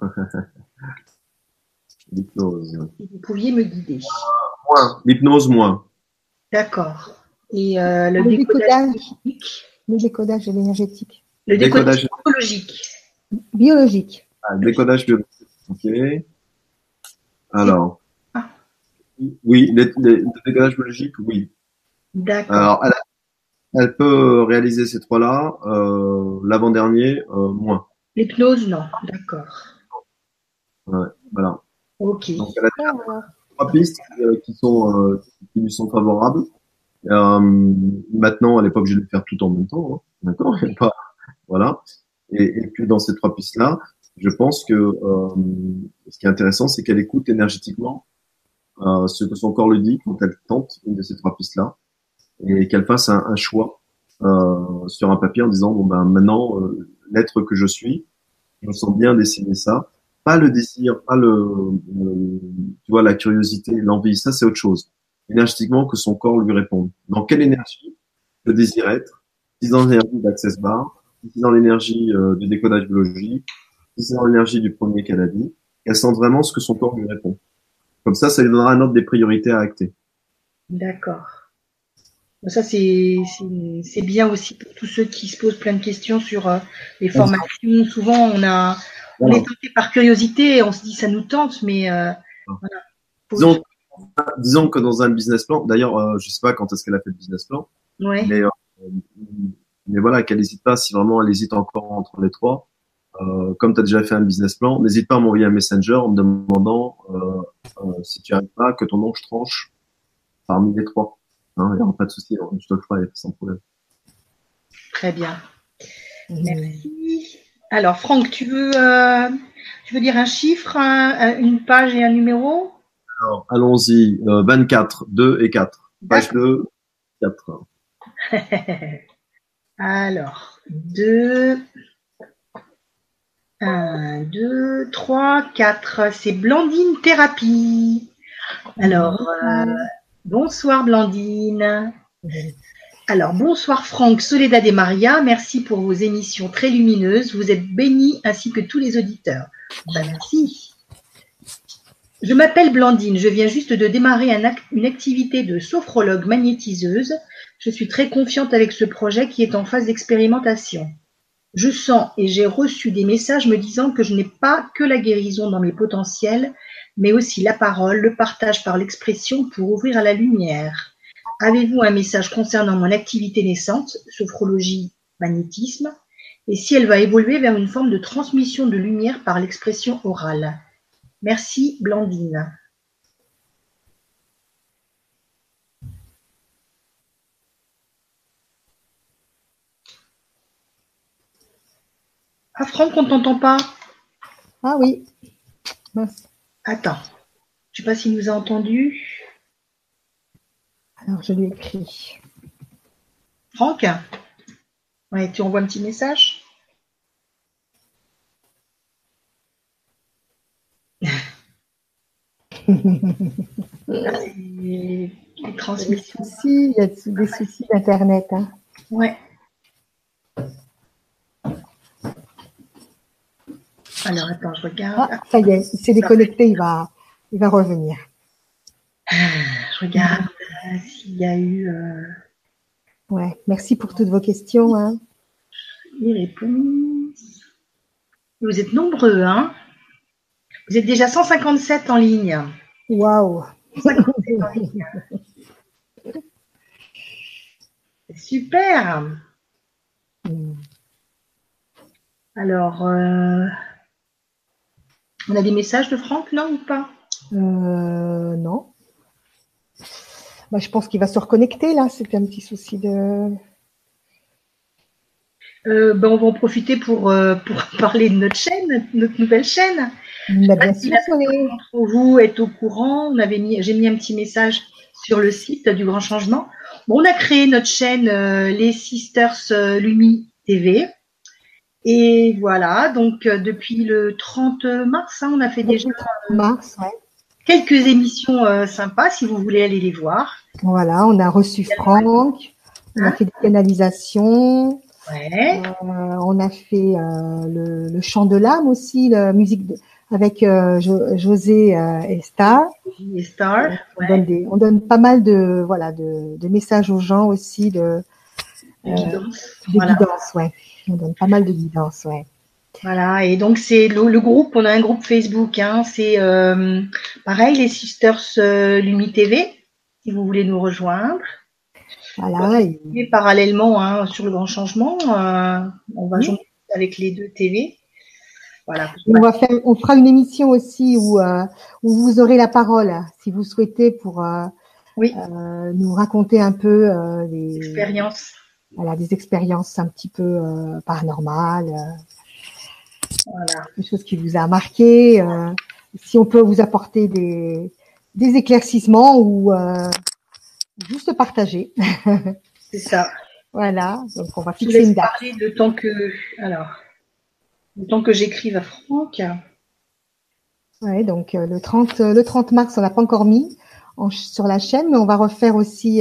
L'hypnose. Si vous pouviez me guider. Moins. L'hypnose, moins. D'accord. Et le décodage biologique. Le décodage énergétique. Le décodage biologique. Biologique. Ah, le décodage biologique. Ok. Alors. Oui, le décodage biologique, oui. D'accord. Alors, elle peut réaliser ces trois-là. L'avant-dernier, moins. L'hypnose, non. D'accord. Ouais, voilà. Ok. Donc, elle a trois pistes qui lui sont favorables. Maintenant, elle n'est pas obligée de le faire tout en même temps. Hein. D'accord. Voilà. Et puis, dans ces trois pistes-là, je pense que ce qui est intéressant, c'est qu'elle écoute énergétiquement ce que son corps lui dit quand elle tente une de ces trois pistes-là, et qu'elle fasse un choix sur un papier en disant bon ben maintenant l'être que je suis, je me sens bien dessiner ça, pas le désir, pas tu vois, la curiosité, l'envie, ça c'est autre chose. Énergétiquement que son corps lui réponde. Dans quelle énergie je désire être? Si c'est dans l'énergie d'Access Bar, si c'est dans l'énergie du décodage biologique, si c'est dans l'énergie du premier qu'elle a dit, qu'elle sente vraiment ce que son corps lui répond. Comme ça lui donnera un ordre des priorités à acter. D'accord. Ça, c'est bien aussi pour tous ceux qui se posent plein de questions sur les formations. Souvent, on est tenté par curiosité et on se dit ça nous tente, mais voilà. Disons, disons que dans un business plan, d'ailleurs, je sais pas quand est-ce qu'elle a fait le business plan, Ouais. mais voilà, qu'elle n'hésite pas, si vraiment elle hésite encore entre les trois, comme tu as déjà fait un business plan, n'hésite pas à m'envoyer un messenger en me demandant si tu arrives pas, que ton nom je tranche parmi les trois. Hein, il n'y aura pas de souci, hein, je te le ferai sans problème. Très bien. Merci. Alors, Franck, tu veux dire un chiffre, une page et un numéro? Alors, allons-y, 24, 2 et 4. Page 2, 4. Alors, 2, 1, 2, 3, 4. C'est Blandine Thérapie. Alors, bonsoir Blandine. Alors, bonsoir Franck, Soledad et Maria. Merci pour vos émissions très lumineuses. Vous êtes bénis ainsi que tous les auditeurs. Ben, merci. Je m'appelle Blandine. Je viens juste de démarrer une activité de sophrologue magnétiseuse. Je suis très confiante avec ce projet qui est en phase d'expérimentation. Je sens et j'ai reçu des messages me disant que je n'ai pas que la guérison dans mes potentiels, mais aussi la parole, le partage par l'expression pour ouvrir à la lumière. Avez-vous un message concernant mon activité naissante, sophrologie, magnétisme, et si elle va évoluer vers une forme de transmission de lumière par l'expression orale? Merci Blandine. Ah Franck, on ne t'entend pas. Ah oui. Mince. Attends, je ne sais pas s'il nous a entendus. Alors, je lui écris. Franck, ouais, tu envoies un petit message. Les transmissions. Il y a des soucis d'Internet. Hein. Ouais. Alors, attends, je regarde. Ah, ça y est, il s'est déconnecté, il va revenir. Je regarde s'il y a eu Ouais, merci pour toutes vos questions. Hein. les réponses. Vous êtes nombreux, hein? Vous êtes déjà 157 en ligne. Waouh! 157 en ligne. Super! Alors, on a des messages de Franck, non ou pas? Non. Bah, je pense qu'il va se reconnecter là. C'était un petit souci de. On va en profiter pour parler de notre chaîne, notre nouvelle chaîne. Bah, bien sûr, d'entre vous êtes au courant. J'ai mis un petit message sur le site du Grand Changement. Bon, on a créé notre chaîne Les Sisters Lumi TV. Et voilà, donc depuis le 30 mars, hein, on a fait déjà quelques émissions sympas, si vous voulez aller les voir. Voilà, on a reçu Franck, on a fait des canalisations, on a fait le chant de l'âme aussi, la musique avec José et Star. On donne pas mal de messages aux gens aussi de guidance, ouais. On donne pas mal de guidance, ouais. Voilà, et donc c'est le groupe, on a un groupe Facebook, hein, c'est pareil, les Sisters Lumi TV, si vous voulez nous rejoindre. Voilà. Et parallèlement, hein, sur le Grand Changement, on va jouer avec les deux TV. Voilà. On fera une émission aussi où vous aurez la parole, si vous souhaitez, pour nous raconter un peu des expériences. Voilà, des expériences un petit peu paranormales, des choses qui vous a marqué. Si on peut vous apporter des éclaircissements ou juste partager. C'est ça. Voilà, donc on va fixer une date. Parler le temps que j'écrive à Franck. Ouais, donc le 30 mars, on l'a pas encore mis sur la chaîne, mais on va refaire aussi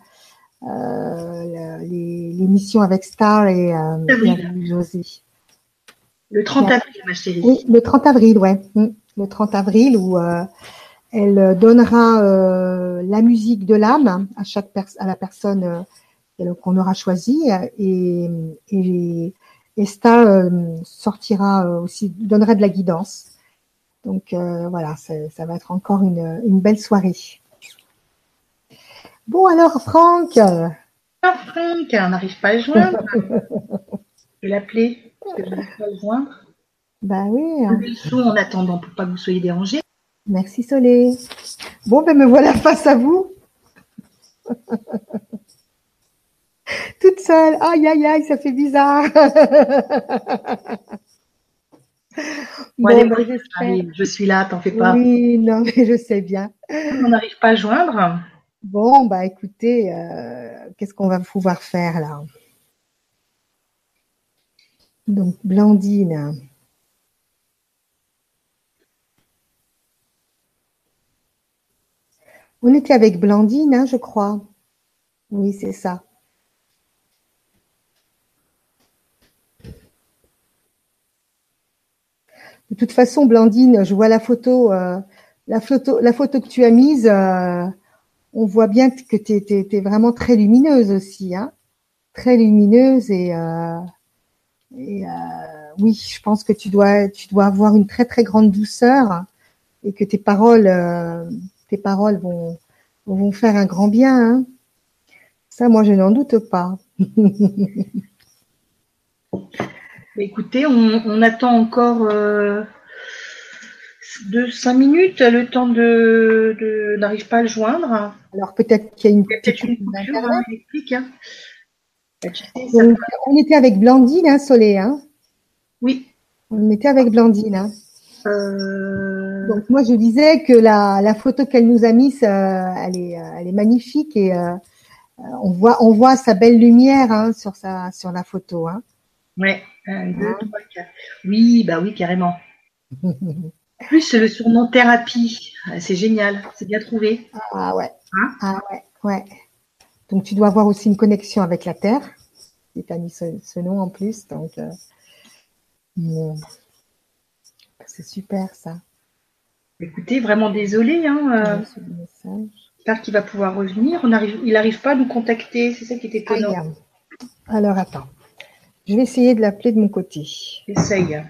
l'émission avec Star et avec José. Le 30 avril, ma chérie. Oui, le 30 avril, ouais. Le 30 avril où elle donnera la musique de l'âme à la personne qu'on aura choisie et Star sortira aussi, donnera de la guidance. Donc voilà, ça va être encore une belle soirée. Bon alors Franck. Ah, Franck, on n'arrive pas à le joindre. Je vais l'appeler parce que je n'arrive pas à le joindre. Bah oui. Levez le son en attendant pour pas que vous soyez dérangés. Merci Soleil. Bon, ben me voilà face à vous. Toute seule. Aïe, aïe, aïe, ça fait bizarre. Bon, allez, allez, je suis là, t'en fais pas. Oui, non, mais je sais bien. On n'arrive pas à joindre. Bon, bah écoutez, qu'est-ce qu'on va pouvoir faire là? Donc, Blandine. On était avec Blandine, hein, je crois. Oui, c'est ça. De toute façon, Blandine, je vois la photo que tu as mise. On voit bien que tu es vraiment très lumineuse aussi, hein. Très lumineuse et oui, je pense que tu dois avoir une très très grande douceur et que tes paroles vont faire un grand bien, hein. Ça, moi, je n'en doute pas. Écoutez, on attend encore 5 minutes, le temps n'arrive pas à le joindre. Alors peut-être qu'il y a une petite coupure électrique. Hein. Donc, on était avec Blandine, hein, Soleil, hein. Oui. On était avec Blandine, hein. Donc moi je disais que la photo qu'elle nous a mise, elle est magnifique et on voit sa belle lumière, hein, sur la photo, hein. Ouais, 1, 2, 3, 4. Oui, bah oui, carrément. Plus le surnom thérapie, c'est génial, c'est bien trouvé. Ah ouais. Hein? Ah ouais, ouais. Donc tu dois avoir aussi une connexion avec la Terre. Et tu as mis ce nom en plus, donc bon. C'est super ça. Écoutez, vraiment désolé, hein. J'espère qu'il va pouvoir revenir. Il n'arrive pas à nous contacter, c'est ça qui était étonnant. Alors attends, je vais essayer de l'appeler de mon côté. Essaye.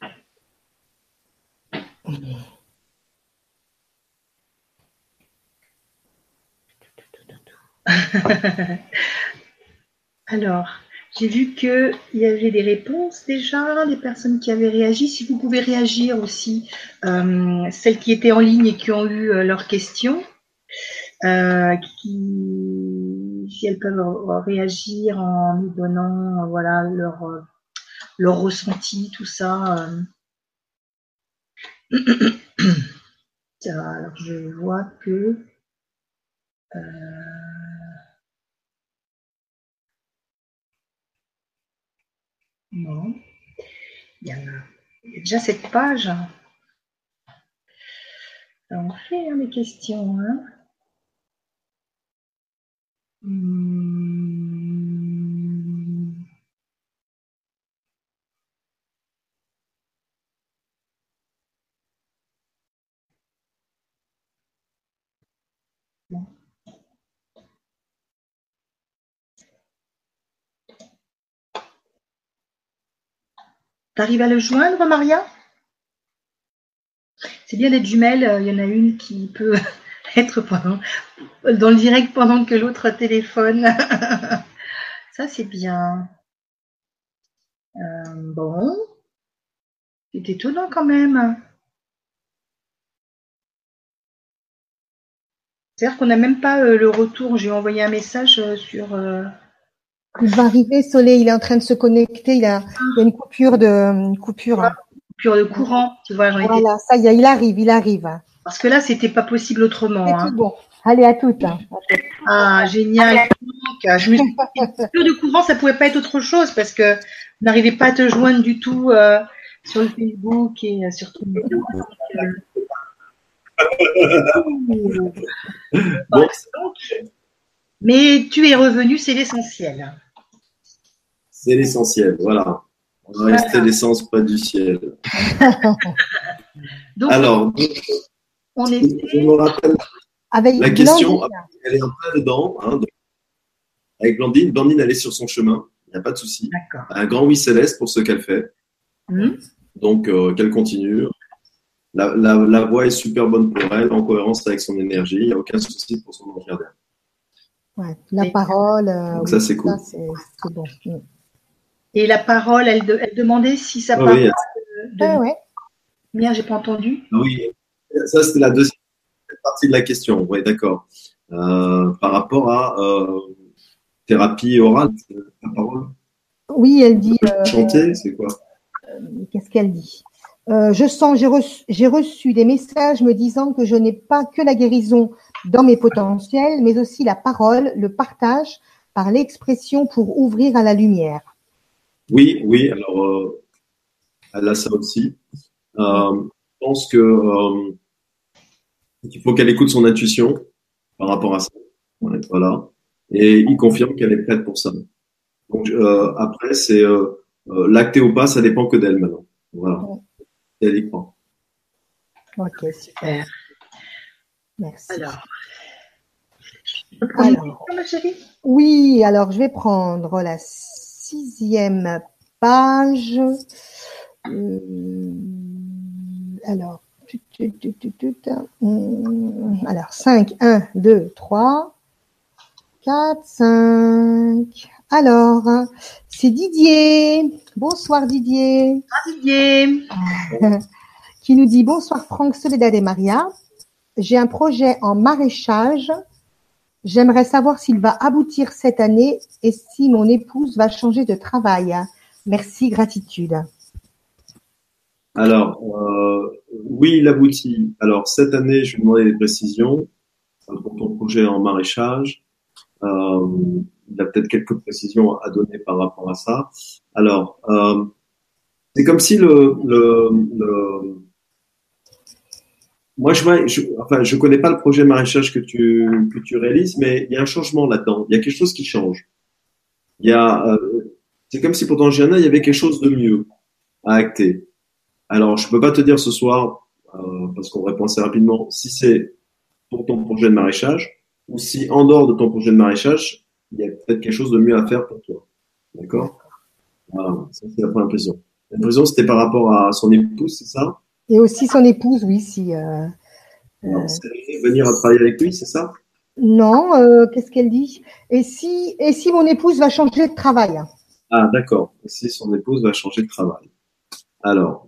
Alors, j'ai vu qu'il y avait des réponses déjà, des personnes qui avaient réagi. Si vous pouvez réagir aussi, celles qui étaient en ligne et qui ont eu leurs questions, si elles peuvent réagir en nous donnant voilà, leur ressenti, tout ça. Alors, je vois que non, il y a déjà cette page. Ça en fait hein, les questions. Hein. Bon. T'arrives à le joindre, Maria? C'est bien d'être jumelle. Il y en a une qui peut être dans le direct pendant que l'autre téléphone. Ça, c'est bien. Bon. C'est étonnant quand même. C'est-à-dire qu'on n'a même pas le retour. J'ai envoyé un message sur... Il va arriver, Soleil, il est en train de se connecter. Il y a une coupure de coupure de courant. Tu vois, voilà, ça y est, il arrive. Parce que là, c'était pas possible autrement. C'est tout bon. Allez, à toutes. Hein. Ah, génial. Je me suis dit, coupure de courant, ça pouvait pas être autre chose parce que vous n'arrivez pas à te joindre du tout sur le Facebook et sur Twitter. Bon. Mais tu es revenu, c'est l'essentiel. C'est l'essentiel, voilà. On va rester l'essence près du ciel. Donc, alors, on je me rappelle avec la question, elle est en plein dedans. Hein, avec Blandine, elle est sur son chemin, il n'y a pas de souci. Un grand oui céleste pour ce qu'elle fait. Donc, qu'elle continue. La voix est super bonne pour elle, en cohérence avec son énergie. Il n'y a aucun souci pour son ange gardien. Ouais, la parole, Donc oui, ça, c'est cool. c'est bon. Et la parole, elle demandait si ça Ah parlait oui, Ouais, ouais. Merde, j'ai pas entendu. oui. Ça, c'était la deuxième partie de la question. Oui, d'accord. Par rapport à thérapie orale, la parole, Oui, elle dit, chanter, c'est quoi? qu'est-ce qu'elle dit? J'ai reçu des messages me disant que je n'ai pas que la guérison dans mes potentiels, mais aussi la parole, le partage par l'expression pour ouvrir à la lumière. Oui, oui. Alors, elle a ça aussi. Je pense que qu'il faut qu'elle écoute son intuition par rapport à ça. Ouais, voilà. Et il confirme qu'elle est prête pour ça. Donc après, c'est l'acter ou pas, ça dépend que d'elle maintenant. Voilà. Elle y croit. Ok, super. Merci. Alors, Alors, oui, alors je vais prendre la 6e page. Alors, 5, 1, 2, 3, 4, 5. Alors, c'est Didier. Bonsoir Didier. Didier. Qui nous dit bonsoir Franck, Soledad et Maria. J'ai un projet en maraîchage. J'aimerais savoir s'il va aboutir cette année et si mon épouse va changer de travail. Merci, gratitude. Alors, oui, il aboutit. Alors, cette année, je vais demander des précisions pour ton projet en maraîchage. Il a peut-être quelques précisions à donner par rapport à ça. Alors, c'est comme si moi, je connais pas le projet maraîchage que tu réalises, mais il y a un changement là-dedans. Il y a quelque chose qui change. Il y a, c'est comme si pour ton Gianna, il y avait quelque chose de mieux à acter. Alors, je peux pas te dire ce soir, parce qu'on répond assez rapidement, si c'est pour ton projet de maraîchage ou si en dehors de ton projet de maraîchage, il y a peut-être quelque chose de mieux à faire pour toi. D'accord? Voilà, ça c'est la première impression. L'impression, c'était par rapport à son épouse, c'est ça? Et aussi son épouse, oui, si. Alors, c'est venir à travailler avec lui, c'est ça? Non, qu'est-ce qu'elle dit? Et si mon épouse va changer de travail? Ah, d'accord. Si son épouse va changer de travail. Alors,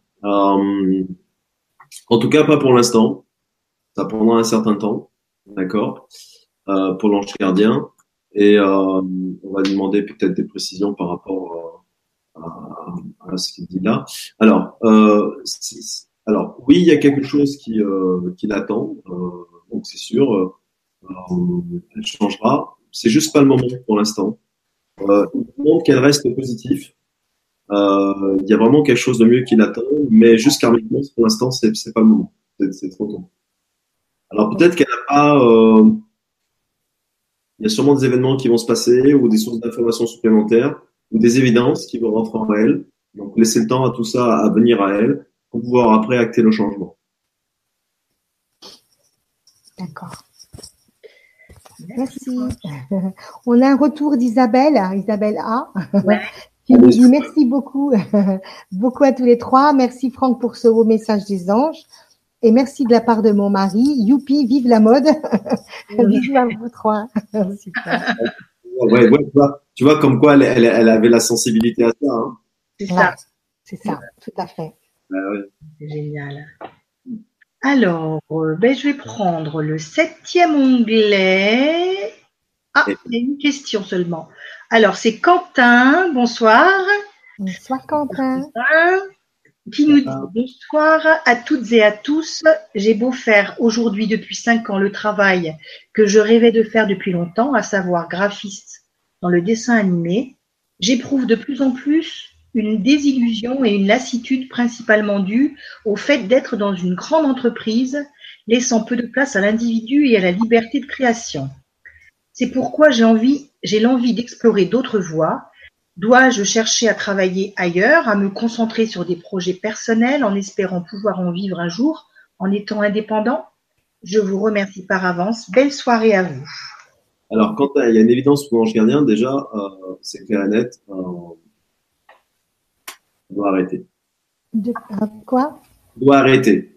en tout cas, pas pour l'instant. Ça prendra un certain temps. D'accord? Pour l'ange gardien. Et on va demander peut-être des précisions par rapport à ce qu'il dit là. Alors, oui, il y a quelque chose qui l'attend. Donc c'est sûr, elle changera. C'est juste pas le moment pour l'instant. Il montre qu'elle reste positive. Il y a vraiment quelque chose de mieux qui l'attend, mais juste karmiquement, pour l'instant, c'est pas le moment. C'est trop tôt. Alors peut-être qu'elle n'a pas. Il y a sûrement des événements qui vont se passer ou des sources d'informations supplémentaires ou des évidences qui vont rentrer en elle. Donc laisser le temps à tout ça à venir à elle pour pouvoir après acter le changement. D'accord. Merci. On a un retour d'Isabelle, Isabelle A, qui nous dit merci beaucoup, beaucoup à tous les trois. Merci Franck pour ce beau message des anges. Et merci de la part de mon mari. Youpi, vive la mode. Bisous à vous trois. Super. Ouais, tu vois comme quoi elle avait la sensibilité à ça. Hein. C'est ça. C'est ça, tout à fait. Ouais. C'est génial. Alors, je vais prendre le 7e onglet. Ah, il y a une question seulement. Alors, c'est Quentin. Bonsoir. Bonsoir Quentin. Qui nous dit bonsoir à toutes et à tous. J'ai beau faire aujourd'hui depuis 5 ans le travail que je rêvais de faire depuis longtemps, à savoir graphiste dans le dessin animé, j'éprouve de plus en plus une désillusion et une lassitude principalement due au fait d'être dans une grande entreprise, laissant peu de place à l'individu et à la liberté de création. C'est pourquoi j'ai l'envie d'explorer d'autres voies. Dois-je chercher à travailler ailleurs, à me concentrer sur des projets personnels en espérant pouvoir en vivre un jour en étant indépendant? Je vous remercie par avance. Belle soirée à vous. Alors, quand il y a une évidence pour l'ange gardien, déjà, c'est clair et net, on doit arrêter. Quoi? On doit arrêter.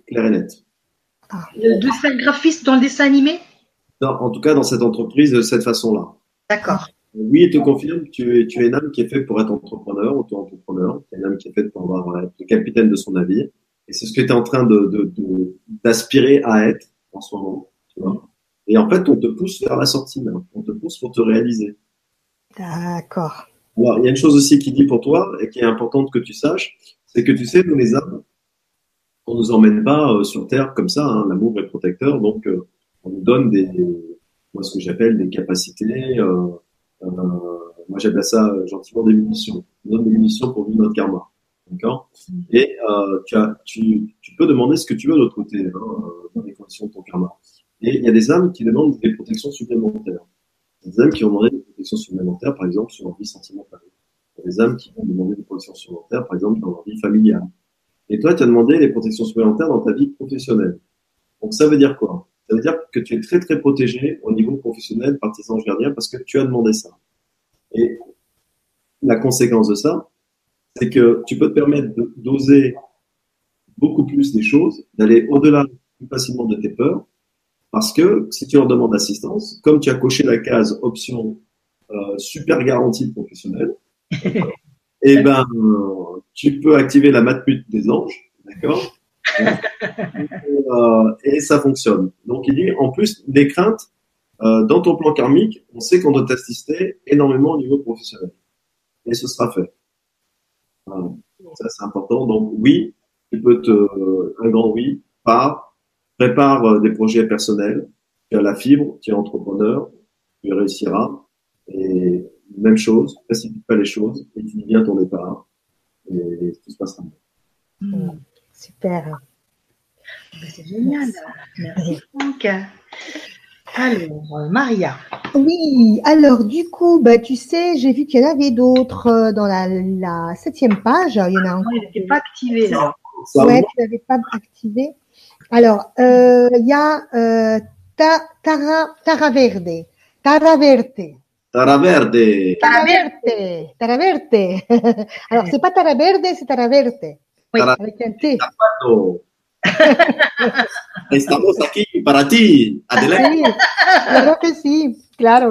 clair et net. De faire graphiste dans le dessin animé? En tout cas, dans cette entreprise, de cette façon-là. D'accord. Oui, il te confirme, tu es une âme qui est faite pour être entrepreneur, auto-entrepreneur. Tu es une âme qui est faite pour être le capitaine de son navire. Et c'est ce que tu es en train d'aspirer à être en ce moment. Tu vois. Et en fait, on te pousse vers la sortie. Là. On te pousse pour te réaliser. D'accord. Alors, il y a une chose aussi qui dit pour toi et qui est importante que tu saches, c'est que tu sais, nous les âmes, on nous emmène pas sur Terre comme ça. Hein, l'amour est protecteur, donc on nous donne moi ce que j'appelle des capacités. Moi, j'appelle ça gentiment des munitions. On donne des munitions pour vivre notre karma. D'accord. Et tu peux demander ce que tu veux de l'autre côté, dans les conditions de ton karma. Et il y a des âmes qui demandent des protections supplémentaires. Il y a des âmes qui vont demander des protections supplémentaires, par exemple, sur leur vie sentimentale. Il y a des âmes qui vont demander des protections supplémentaires, par exemple, dans leur vie familiale. Et toi, tu as demandé des protections supplémentaires dans ta vie professionnelle. Donc, ça veut dire quoi? Ça veut dire que tu es très, très protégé au niveau professionnel par tes anges gardiens parce que tu as demandé ça. Et la conséquence de ça, c'est que tu peux te permettre d'oser beaucoup plus des choses, d'aller au-delà plus facilement de tes peurs, parce que si tu leur demandes assistance, comme tu as coché la case option super garantie professionnelle, et ben tu peux activer la matmut des anges, d'accord? Et ça fonctionne. Donc il dit en plus des craintes dans ton plan karmique, on sait qu'on doit t'assister énormément au niveau professionnel, et ce sera fait. Voilà. Ça c'est important. Donc oui, tu peux un grand oui. Prépare des projets personnels. Tu as la fibre, tu es entrepreneur, tu réussiras. Et même chose, précipite pas les choses, étudie bien ton départ et tout se passera bien. Super. C'est génial. Merci Franck. Alors, Maria. Oui, alors du coup, tu sais, j'ai vu qu'il y en avait d'autres dans la 7e page. Il y en a encore. Il n'était pas activé là. Ouais, tu n'avais pas activé. Alors, il y a Tara Verde. Alors, c'est pas Tara Verde, c'est Tara Verde. Oui, avec un T. Estamos aquí para ti, Adelaide. Sí, claro que sí, claro.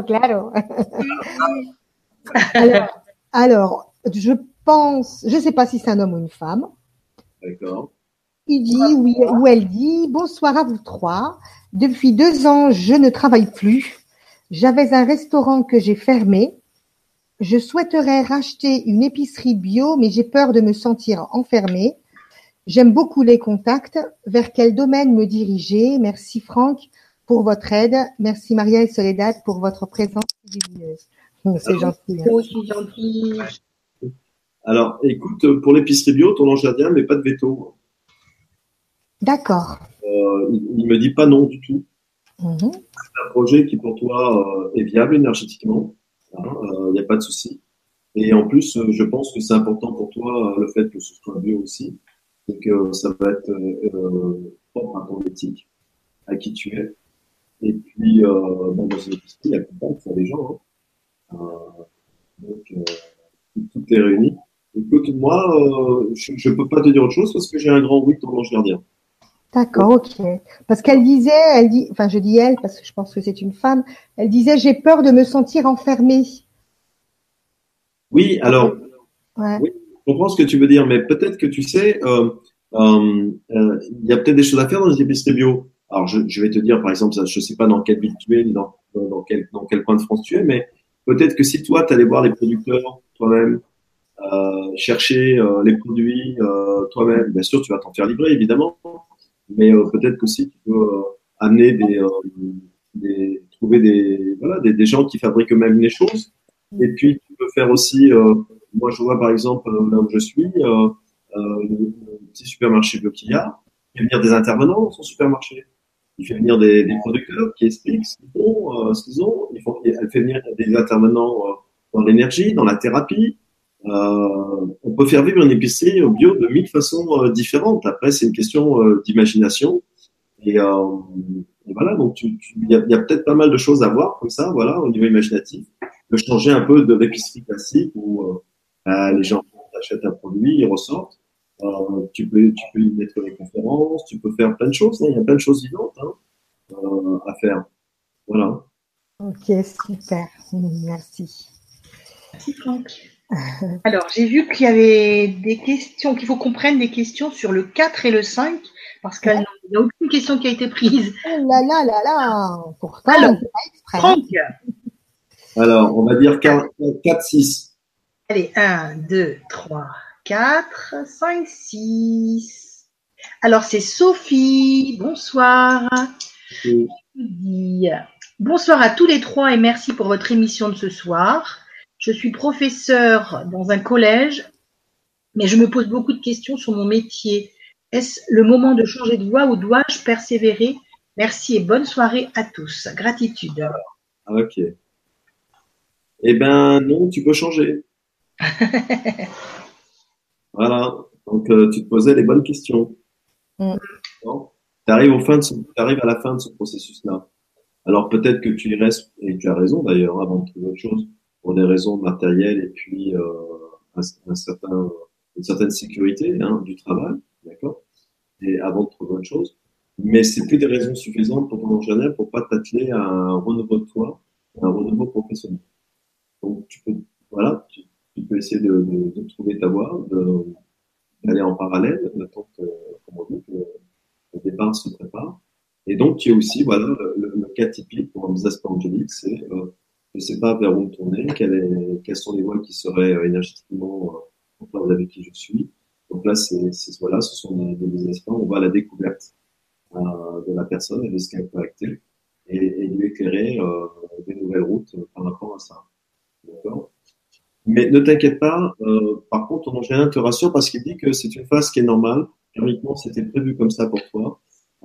Alors, je sais pas si c'est un homme ou une femme. D'accord. Il dit, oui, ou elle dit, bonsoir à vous trois. Depuis 2 ans, je ne travaille plus. J'avais un restaurant que j'ai fermé. Je souhaiterais racheter une épicerie bio, mais j'ai peur de me sentir enfermée. J'aime beaucoup les contacts. Vers quel domaine me diriger? Merci Franck pour votre aide. Merci Maria et Soledad pour votre présence lumineuse. C'est gentil. C'est aussi gentil. Alors, écoute, pour l'épicerie bio, ton ange gardien, mais pas de veto. D'accord. Il me dit pas non du tout. Mm-hmm. C'est un projet qui pour toi est viable énergétiquement. Il n'y a pas de souci. Et en plus, je pense que c'est important pour toi le fait que ce soit bio aussi. C'est que ça va être propre à ton éthique, à qui tu es. Et puis, dans cette épicerie, il y a contact, il y a des gens. Donc, tout est réuni. Écoute, moi, je peux pas te dire autre chose parce que j'ai un grand oui de ton ange gardien. D'accord, ok. Parce qu'elle disait, enfin je dis elle parce que je pense que c'est une femme, elle disait j'ai peur de me sentir enfermée. Oui, alors, ouais. Oui, je comprends ce que tu veux dire, mais peut-être que tu sais, il y a peut-être des choses à faire dans les épiceries bio. Alors, je vais te dire, par exemple, je sais pas dans quelle ville tu es, ni dans quel coin de France tu es, mais peut-être que si toi, tu allais voir les producteurs toi-même, chercher les produits toi-même, bien sûr, tu vas t'en faire livrer, évidemment, mais peut-être qu'aussi tu peux amener trouver des gens qui fabriquent eux-mêmes les choses. Et puis, tu peux faire aussi, moi je vois par exemple là où je suis, le petit supermarché bio qu'il y a, il fait venir des intervenants dans son supermarché. Il fait venir des producteurs qui expliquent ce qu'ils font, ce qu'ils ont. Elle fait venir des intervenants dans l'énergie, dans la thérapie. On peut faire vivre une épicerie bio de 1000 façons différentes. Après, c'est une question d'imagination. Et voilà, donc il y a peut-être pas mal de choses à voir comme ça, voilà, au niveau imaginatif. De changer un peu de l'épicerie classique où les gens achètent un produit, ils ressortent. Tu peux y mettre les conférences, tu peux faire plein de choses, hein. Il y a plein de choses vivantes, hein, à faire. Voilà. Ok, super. Merci. Merci Franck. Alors, j'ai vu qu'il y avait des questions, qu'il faut qu'on prenne des questions sur le 4 et le 5, parce qu'il n'y a aucune question qui a été prise. Oh là là là là. Pourtant, Alors, on fait pas exprès, hein. Franck, Alors, on va dire 4-6. allez, 1, 2, 3, 4, 5, 6. Alors, c'est Sophie. Bonsoir. Bonsoir à tous les trois et merci pour votre émission de ce soir. Je suis professeure dans un collège, mais je me pose beaucoup de questions sur mon métier. Est-ce le moment de changer de voie ou dois-je persévérer? Merci et bonne soirée à tous. Gratitude. Ok. Eh ben non, tu peux changer. Voilà. Donc tu te posais les bonnes questions. Mm. Tu arrives à la fin de ce processus-là. Alors peut-être que tu y restes, et tu as raison d'ailleurs, avant de trouver autre chose, pour des raisons matérielles et puis une certaine sécurité, hein, du travail, d'accord, et avant de trouver autre chose. Mais c'est plus des raisons suffisantes pour ton entraîneur pour pas t'atteler à un renouveau de toi, un renouveau professionnel. Donc tu peux, voilà, tu peux essayer de trouver ta voie, d'aller en parallèle, le temps que, comme on dit, que le départ se prépare. Et donc, tu es aussi, voilà, le cas typique pour un business plan angélique, c'est, je ne sais pas vers où me tourner, quelles sont les voies qui seraient énergétiquement conformes avec qui je suis. Donc là, voilà, ce sont des business plans. On va à la découverte de la personne et de ce qu'elle peut acter et lui éclairer des nouvelles routes par rapport à ça. D'accord. Mais ne t'inquiète pas, par contre, ton ingénieur te rassure parce qu'il dit que c'est une phase qui est normale. Théoriquement, c'était prévu comme ça pour toi.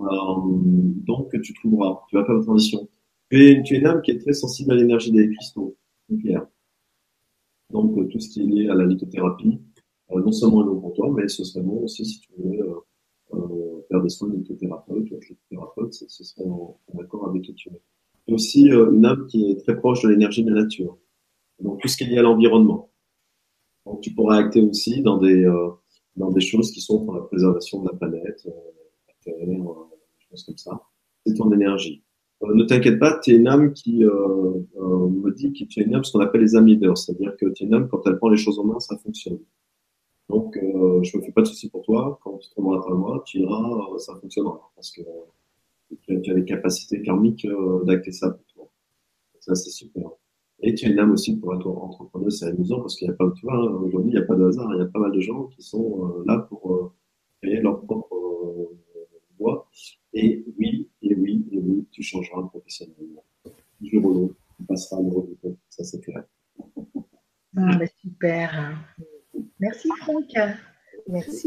Donc, tu trouveras, tu vas faire une transition. Tu es une âme qui est très sensible à l'énergie des cristaux nucléaires. Donc, tout ce qui est lié à la lithothérapie, non seulement est bon pour toi, mais ce serait bon aussi si tu voulais faire des soins de lithothérapeute ou être lithothérapeute, ce serait en accord avec qui tu es. Tu es aussi une âme qui est très proche de l'énergie de la nature. Donc, tout ce qui est lié à l'environnement. Donc, tu pourras acter aussi dans des choses qui sont pour la préservation de la planète, la Terre, des choses comme ça. C'est ton énergie. Ne t'inquiète pas, tu es une âme qui me dit que tu es une âme ce qu'on appelle les âmes leaders, c'est-à-dire que tu es une âme, quand elle prend les choses en main, ça fonctionne. Donc, je me fais pas de soucis pour toi. Quand tu tomberas ta voie, tu iras, ça fonctionnera. Parce que tu as les capacités karmiques d'acter ça pour toi. Ça, c'est super. Et tu es une âme aussi pour être entrepreneur, c'est amusant parce qu'il n'y a pas, tu vois, hein, aujourd'hui, il n'y a pas de hasard, il y a pas mal de gens qui sont là pour créer leur propre voie. Et oui, et oui, et oui, tu changeras professionnellement. Du jour au l'autre, tu passeras à l'euro, ça c'est clair. Ah, bah, super. Merci Franck. Merci.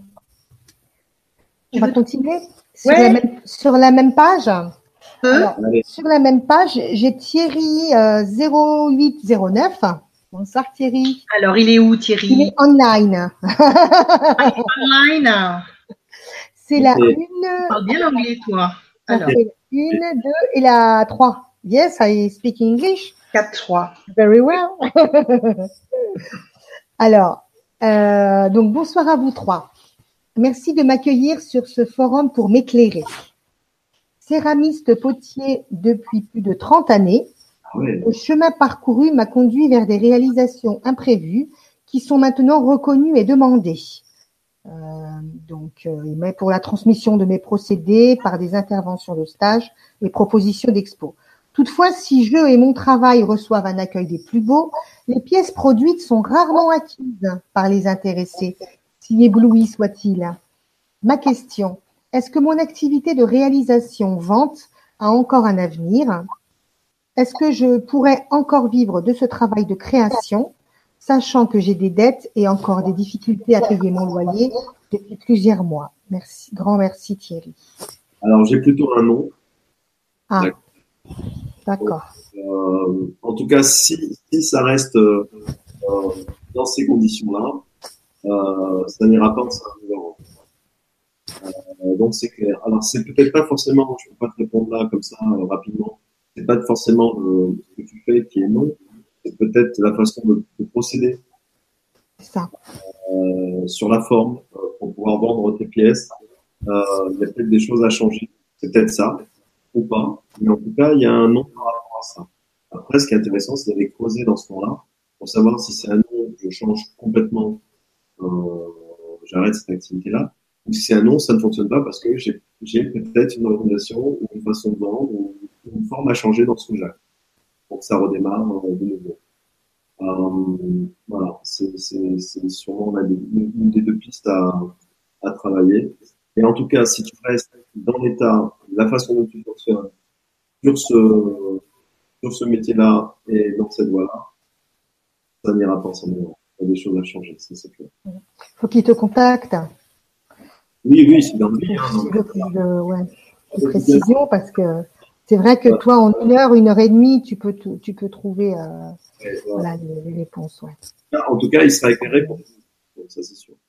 On va continuer Ouais. sur la même page. Alors, Allez. sur la même page, j'ai Thierry 0809. Bonsoir Thierry. Alors, il est où Il Thierry? est online. Online. C'est la Et- Tu une, parles bien l'anglais, toi. ça Alors, fait la 1, 2 et la 3. Yes, I speak English 4-3. very well. Alors, donc bonsoir à vous trois. Merci de m'accueillir sur ce forum pour m'éclairer. Céramiste potier depuis plus de 30 années, Ouais. le chemin parcouru m'a conduit vers des réalisations imprévues qui sont maintenant reconnues et demandées. Mais pour la transmission de mes procédés par des interventions de stage et propositions d'expo. Toutefois, si je et mon travail reçoivent un accueil des plus beaux, les pièces produites sont rarement acquises par les intéressés, si éblouis soient-ils. Ma question, est-ce que mon activité de réalisation-vente a encore un avenir? Est-ce que je pourrais encore vivre de ce travail de création, sachant que j'ai des dettes et encore des difficultés à payer mon loyer depuis plusieurs mois? Merci, grand merci Thierry. Alors, j'ai plutôt un nom. Ah, d'accord. En tout cas, si ça reste dans ces conditions-là, ça n'ira pas en s'améliorant. Donc c'est clair. Alors c'est peut-être pas forcément, je peux pas te répondre là comme ça rapidement. C'est pas forcément ce que tu fais qui est non. C'est peut-être la façon de procéder C'est ça. sur la forme, pouvoir vendre tes pièces. Il y a peut-être des choses à changer. C'est peut-être ça, ou pas. Mais en tout cas, il y a un nom par rapport à ça. Après, ce qui est intéressant, c'est d'aller creuser dans ce nom-là pour savoir si c'est un nom, je change complètement, euh, j'arrête cette activité-là, ou si c'est un nom, ça ne fonctionne pas parce que j'ai peut-être une organisation ou une façon de vendre ou une forme à changer dans ce que j'ai. Donc ça redémarre de nouveau. Voilà, c'est sûrement une des deux pistes à travailler. Et en tout cas, si tu restes dans l'état, la façon dont tu fonctionnes sur ce métier-là et dans cette voie-là, ça n'ira pas sans moment. Il y a des choses à changer, c'est clair. Faut qu'il te contacte Oui, oui, c'est dans le vie. pour Hein, suivre plus de précision parce que c'est vrai que toi, en 1 heure et demie, tu peux trouver voilà, les réponses. Ouais. En tout cas, il sera éclairé pour vous. Donc, ça, c'est sûr.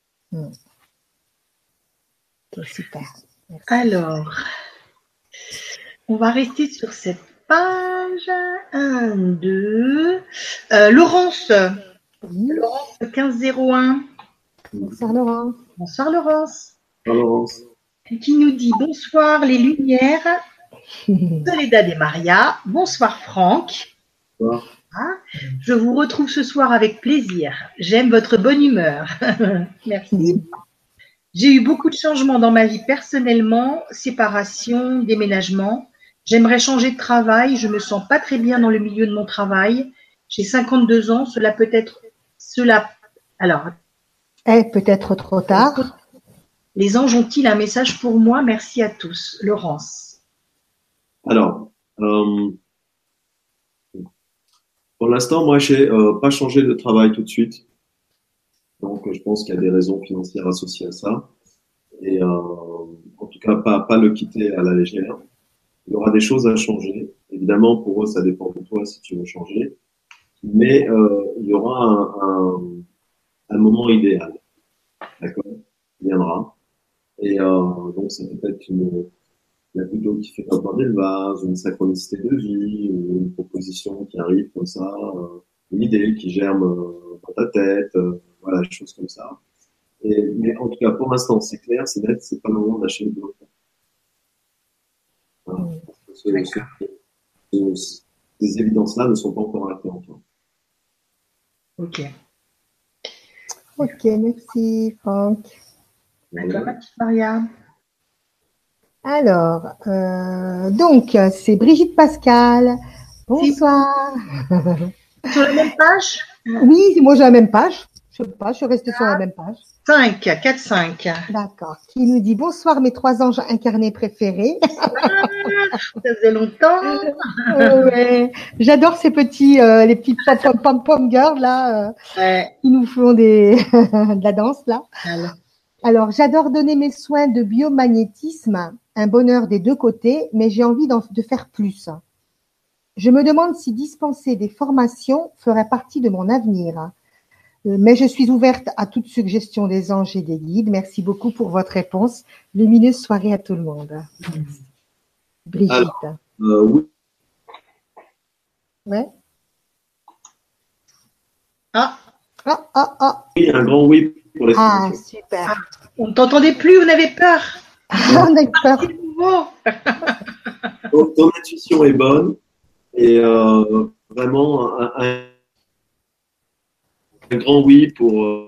Okay, super. Merci. Alors, on va rester sur cette page. 1, 2. Laurence. Oui. Laurence 1501. Bonsoir Laurent. Bonsoir Laurence. Bonsoir, Laurence. Qui nous dit bonsoir les lumières. Soledad et Maria. Bonsoir Franck. Bonsoir. Ah, je vous retrouve ce soir avec plaisir. J'aime votre bonne humeur. Merci. J'ai eu beaucoup de changements dans ma vie personnellement, séparation, déménagement. J'aimerais changer de travail. Je me sens pas très bien dans le milieu de mon travail. J'ai 52 ans. Alors, peut-être trop tard. les anges ont-ils un message pour moi? Merci à tous. Laurence. Alors, pour l'instant, moi, j'ai pas changé de travail tout de suite. Donc, je pense qu'il y a des raisons financières associées à ça. Et en tout cas, pas le quitter à la légère. Il y aura des choses à changer. Évidemment, pour eux, ça dépend de toi si tu veux changer. Mais il y aura un moment idéal. D'accord? Il viendra. Et donc, ça peut être la plutôt qui fait aborder le vase, une synchronicité de vie, ou une proposition qui arrive comme ça, une idée qui germe dans ta tête, voilà, des choses comme ça. Mais en tout cas, pour l'instant, c'est clair, c'est net, c'est pas le moment d'acheter le bloc. Voilà. Ces évidences-là ne sont pas encore actées en toi. Ok. Ok, merci Franck. D'accord, ma petite Maria. Alors, donc, c'est Brigitte Pascal. Bonsoir. Sur la même page? Oui, moi j'ai la même page. Je sais pas, je suis restée sur la même page. 5, 4, 5. D'accord. Qui nous dit bonsoir mes 3 anges incarnés préférés. Ça faisait longtemps. Ouais. J'adore ces petits, les petits pom girls là, qui nous font de la danse là. Alors, j'adore donner mes soins de biomagnétisme, un bonheur des deux côtés, mais j'ai envie de faire plus. Je me demande si dispenser des formations ferait partie de mon avenir. Mais je suis ouverte à toute suggestion des anges et des guides. Merci beaucoup pour votre réponse. Lumineuse soirée à tout le monde. Brigitte. Alors, oui. Ouais. Oui, un grand oui pour les Ah, super. On ne t'entendait plus, on avait peur. On a eu peur. Donc, ton intuition est bonne et vraiment un grand oui pour.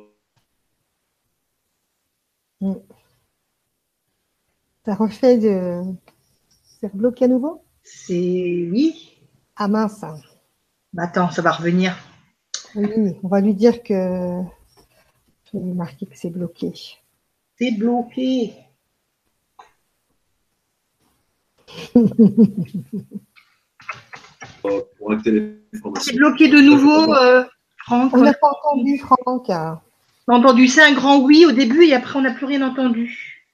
Ça refait C'est rebloqué à nouveau? C'est oui. Ah mince. Bah, attends, ça va revenir. Oui, on va lui dire que je vais lui marquer que c'est bloqué. C'est bloqué. Pour acter les formations. C'est bloqué de nouveau, Franck. On n'a pas entendu, Franck. On a entendu, c'est un grand oui au début et après on n'a plus rien entendu.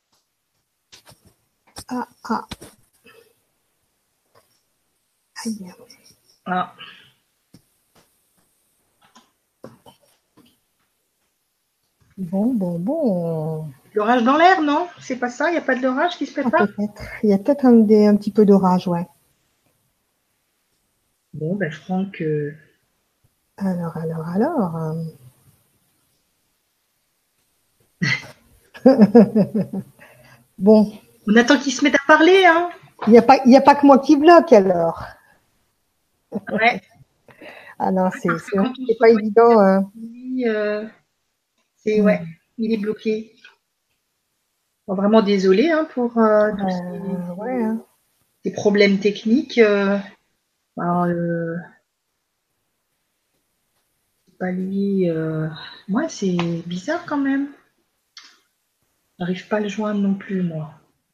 Aïe. Ah. Bon. L'orage dans l'air, non? C'est pas ça? Il n'y a pas de l'orage qui se prépare? Peut-être. Il y a peut-être un petit peu d'orage, ouais. Bon, ben Franck. Alors. Bon, On attend qu'ils se mettent à parler, hein. il n'y a pas que moi qui bloque alors. Ouais. Ah non, Parce que quand on c'est se pas évident. lui, ouais, il est bloqué. Bon, vraiment désolé hein, pour Ouais, hein. ces problèmes techniques. Alors, c'est pas lui. Moi, c'est bizarre quand même. J'arrive pas à le joindre non plus, moi.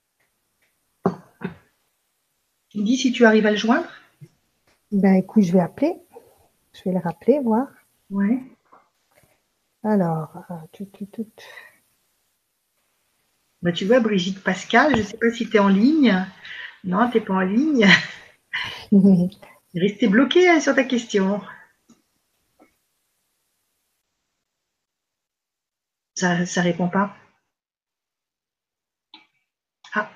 Tu me dis si tu arrives à le joindre? Ben écoute, je vais appeler. Je vais le rappeler, voir. Ouais. Alors, Bah, tu vois, Brigitte Pascal, je sais pas si tu es en ligne. Non, tu n'es pas en ligne. Restez bloqué hein, sur ta question. Ça répond pas. Ah.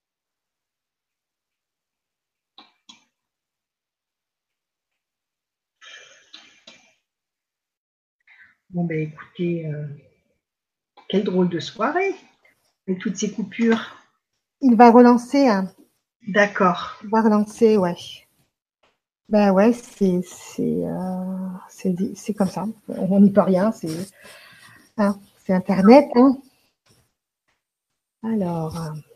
Bon, ben écoutez, quelle drôle de soirée avec toutes ces coupures. Il va relancer, hein. D'accord. Il va relancer, ouais. Ben ouais, c'est comme ça. On n'y peut rien. C'est Internet, hein. Alors,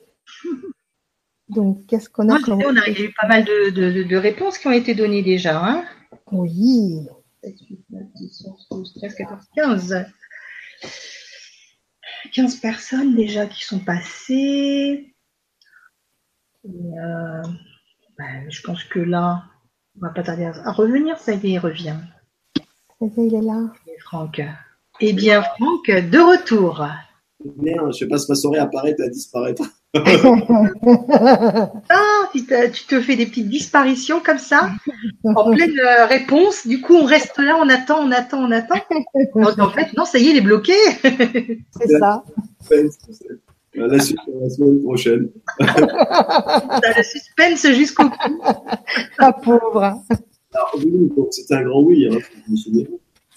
donc, qu'est-ce qu'on a Moi, je comme. sais, il y a eu pas mal de réponses qui ont été données déjà. Hein. Oui. 7, 8, 9, 10, 11, 12, 13, 14, 15. 15 personnes déjà qui sont passées. Et, je pense que là, on va pas tarder à revenir. Ça y est, il revient. Il est là. Et Franck. Eh bien, Franck, de retour. Merde, je passe ma soirée à apparaître et à disparaître. Ah, tu te fais des petites disparitions comme ça, en pleine réponse. Du coup, on reste là, on attend. Donc, en fait, non, ça y est, il est bloqué. C'est ça. La suite la semaine prochaine. T'as le suspense jusqu'au bout. La pauvre. Alors, oui, donc c'était un grand oui, hein, je me souviens.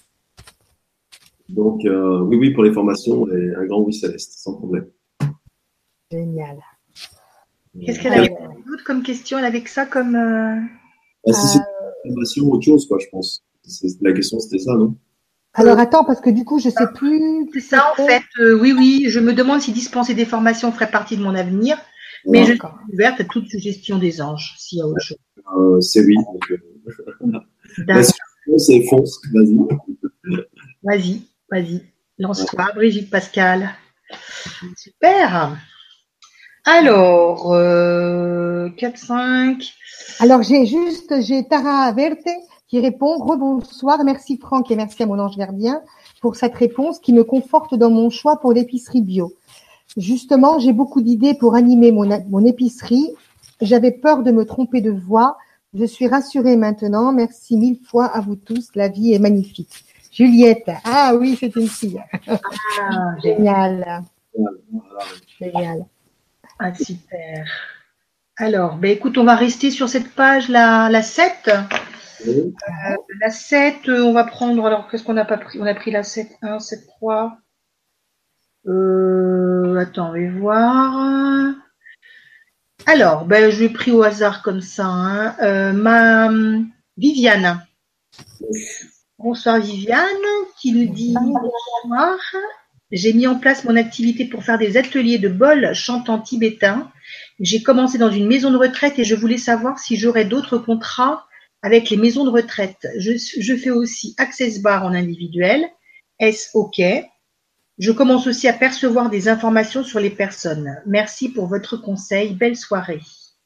Donc, oui, pour les formations, et un grand oui Céleste, sans problème. Génial. Qu'est-ce qu'elle avait d'autre comme question? Elle avait que ça comme. Si c'est une formation, autre chose, quoi, je pense. La question, c'était ça, non? Alors, attends, parce que du coup, je sais plus. C'est ça, en fait. Oui, je me demande si dispenser des formations ferait partie de mon avenir. Mais je suis ouverte à toute suggestion des anges, s'il y a autre chose. C'est oui. Donc, la suggestion, c'est fonce, vas-y. Vas-y. Lance-toi, Brigitte Pascal. Super. Alors, 4, 5. Alors, j'ai Tara Verte qui répond: Rebonsoir, merci Franck et merci à mon ange gardien pour cette réponse qui me conforte dans mon choix pour l'épicerie bio. Justement, j'ai beaucoup d'idées pour animer mon épicerie. J'avais peur de me tromper de voix. Je suis rassurée maintenant. Merci 1000 fois à vous tous. La vie est magnifique. Juliette. Ah oui, c'est une fille. Ah, génial. Génial. Ah, super. Alors, écoute, on va rester sur cette page, la 7. La 7, on va prendre, alors qu'est-ce qu'on n'a pas pris? On a pris la 7.1, 7.3. Attends, on va voir. Alors, je l'ai pris au hasard comme ça. Hein. Viviane. Bonsoir Viviane, qui nous dit bonsoir. J'ai mis en place mon activité pour faire des ateliers de bol chantant tibétain. J'ai commencé dans une maison de retraite et je voulais savoir si j'aurais d'autres contrats avec les maisons de retraite. Je fais aussi Access Bar en individuel. Est-ce OK? Je commence aussi à percevoir des informations sur les personnes. Merci pour votre conseil. Belle soirée.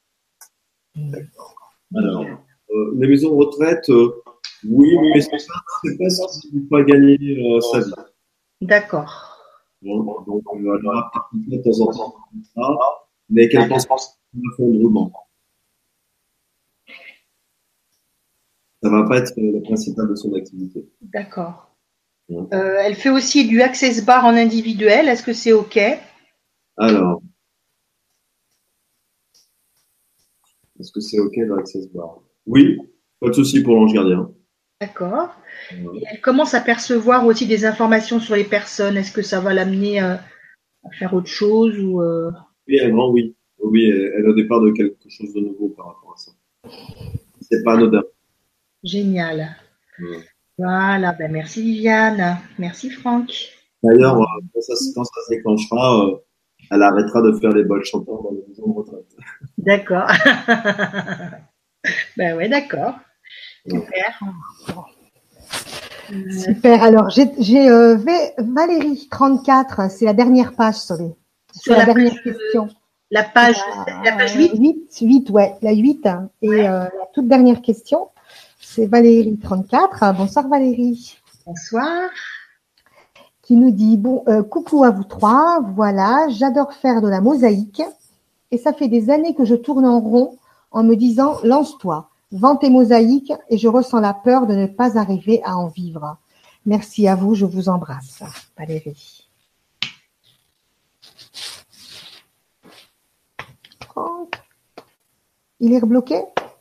Alors, les maisons de retraite, oui, mais c'est pas si tu peux pas gagner sa vie. D'accord. Donc, on va participer de temps en temps comme ça, mais qu'elle pense pas à l'effondrement. Ça va pas être le principal de son activité. D'accord. Elle fait aussi du Access Bar en individuel. Est-ce que c'est OK? Alors, est-ce que c'est OK dans Access Bar? Oui, pas de souci pour l'ange gardien. D'accord. Et elle commence à percevoir aussi des informations sur les personnes. Est-ce que ça va l'amener à faire autre chose ou Oui, un grand oui. Oui, elle est au départ de quelque chose de nouveau par rapport à ça. C'est pas anodin. génial. Ouais. Voilà, ben merci Viviane, merci Franck. D'ailleurs, quand ça se déclenchera, elle arrêtera de faire les bols chantants dans les maisons de retraite. D'accord. Ben ouais, d'accord. Ouais. Super. Super. Alors, j'ai Valérie 34. C'est la dernière page, sorry. Sur C'est la la dernière page, question. la page 8. 8, ouais, la 8. Et la toute dernière question, c'est Valérie 34. Bonsoir Valérie. Bonsoir. Qui nous dit, bon, coucou à vous trois. Voilà, j'adore faire de la mosaïque. Et ça fait des années que je tourne en rond en me disant, lance-toi, vends tes mosaïques et je ressens la peur de ne pas arriver à en vivre. Merci à vous, je vous embrasse. Valérie. Franck, il est rebloqué?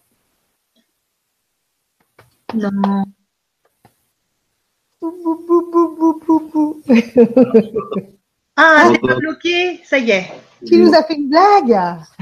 Non. Bou, bou, bou, bou, bou, bou. Ah, c'est pas bloqué, ça y est. Tu nous as fait une blague?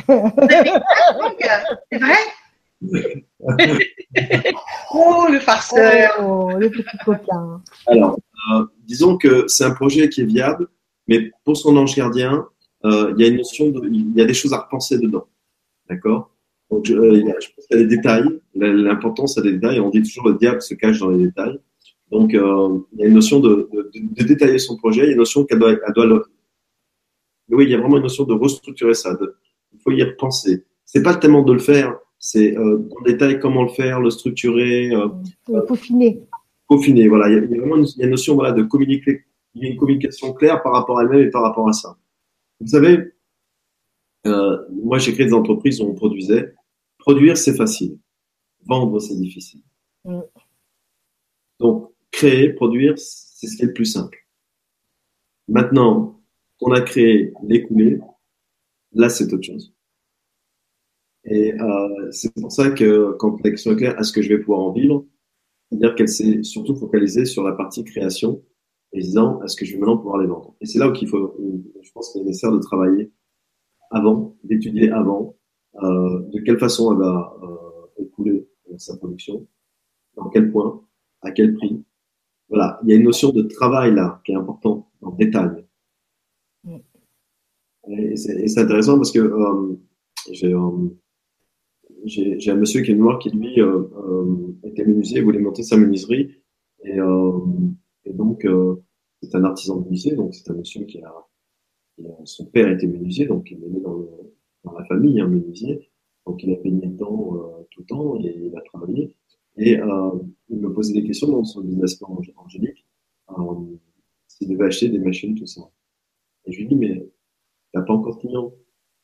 C'est vrai? Oh, le farceur. Oh, le petit coquin. Alors, disons que c'est un projet qui est viable, mais pour son ange gardien, il y a une notion il y a des choses à repenser dedans. D'accord? Donc, je pense qu'il y a des détails. L'importance, c'est des détails. On dit toujours le diable se cache dans les détails. Donc, il y a une notion de détailler son projet. Il y a une notion qu'elle doit, oui, il y a vraiment une notion de restructurer ça. Il faut y repenser. C'est pas tellement de le faire, c'est dans le détail comment le faire, le structurer, Le peaufiner. peaufiner. Voilà, il y a vraiment une notion voilà de communiquer. Il y a une communication claire par rapport à elle-même et par rapport à ça. Vous savez, moi j'ai créé des entreprises où on produisait. Produire c'est facile, vendre c'est difficile. Mm. Donc créer, produire, c'est ce qui est le plus simple. Maintenant qu'on a créé, l'écouler, là c'est autre chose. Et c'est pour ça que quand la question est claire, est-ce que je vais pouvoir en vivre? C'est-à-dire qu'elle s'est surtout focalisée sur la partie création et disant, est-ce que je vais maintenant pouvoir les vendre? Et c'est là où je pense qu'il est nécessaire de travailler avant, d'étudier avant, de quelle façon elle va écouler sa production, dans quel point, à quel prix. Voilà, il y a une notion de travail là qui est importante, en détail. Mm. Et c'est intéressant parce que j'ai un monsieur qui est noir qui lui était menuisier, voulait monter sa menuiserie et, euh, et donc c'est un artisan de menuisier, donc c'est un monsieur son père était menuisier, donc il est né dans la famille, un menuisier, donc il a baigné dedans tout le temps et il a travaillé et il me posait des questions dans son business plan angélique, s'il devait acheter des machines tout ça. Et je lui dis mais t'as pas encore de clients.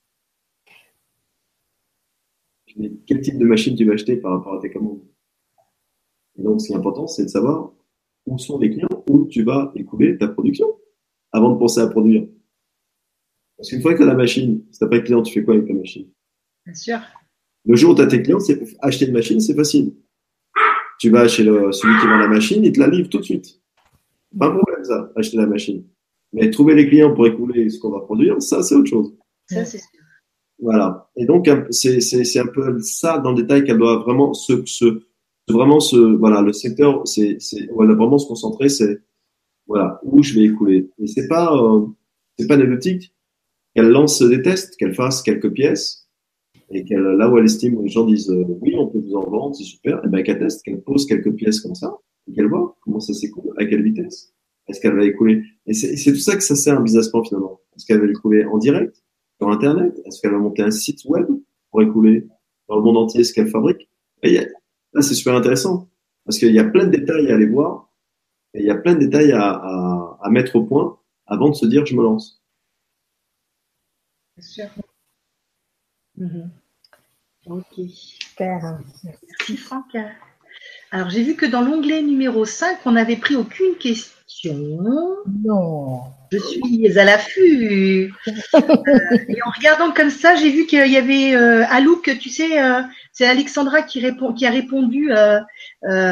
Mais quel type de machine tu vas acheter par rapport à tes commandes? Et donc, ce qui est important, c'est de savoir où sont les clients, où tu vas écouler ta production avant de penser à produire. Parce qu'une fois que tu as la machine, si tu n'as pas de client, tu fais quoi avec la machine? Bien sûr. Le jour où tu as tes clients, acheter une machine, c'est facile. Tu vas chez celui qui vend la machine, il te la livre tout de suite. Pas un problème, ça, acheter la machine. Mais trouver les clients pour écouler ce qu'on va produire, ça, c'est autre chose. Ça, c'est sûr. Voilà. Et donc, c'est un peu ça dans le détail qu'elle doit vraiment voilà, le secteur, on va vraiment se concentrer, c'est, voilà, où je vais écouler. Et c'est pas anecdotique qu'elle lance des tests, qu'elle fasse quelques pièces, et là où elle estime où les gens disent, oui, on peut vous en vendre, c'est super, et ben, qu'elle teste, qu'elle pose quelques pièces comme ça, et qu'elle voit comment ça s'écoule, à quelle vitesse. Est-ce qu'elle va écouler? Et c'est tout ça que ça sert un business plan, finalement. Est-ce qu'elle va écouler en direct? Sur Internet? Est-ce qu'elle va monter un site web pour écouler dans le monde entier ce qu'elle fabrique? Là, c'est super intéressant parce qu'il y a plein de détails à aller voir et il y a plein de détails à mettre au point avant de se dire je me lance. Bien sûr. Mm-hmm. Ok. Super. Merci Franck. Alors, j'ai vu que dans l'onglet numéro 5, on n'avait pris aucune question. Non. Je suis à l'affût. Et en regardant comme ça, j'ai vu qu'il y avait Alouk, tu sais, c'est Alexandra qui a répondu.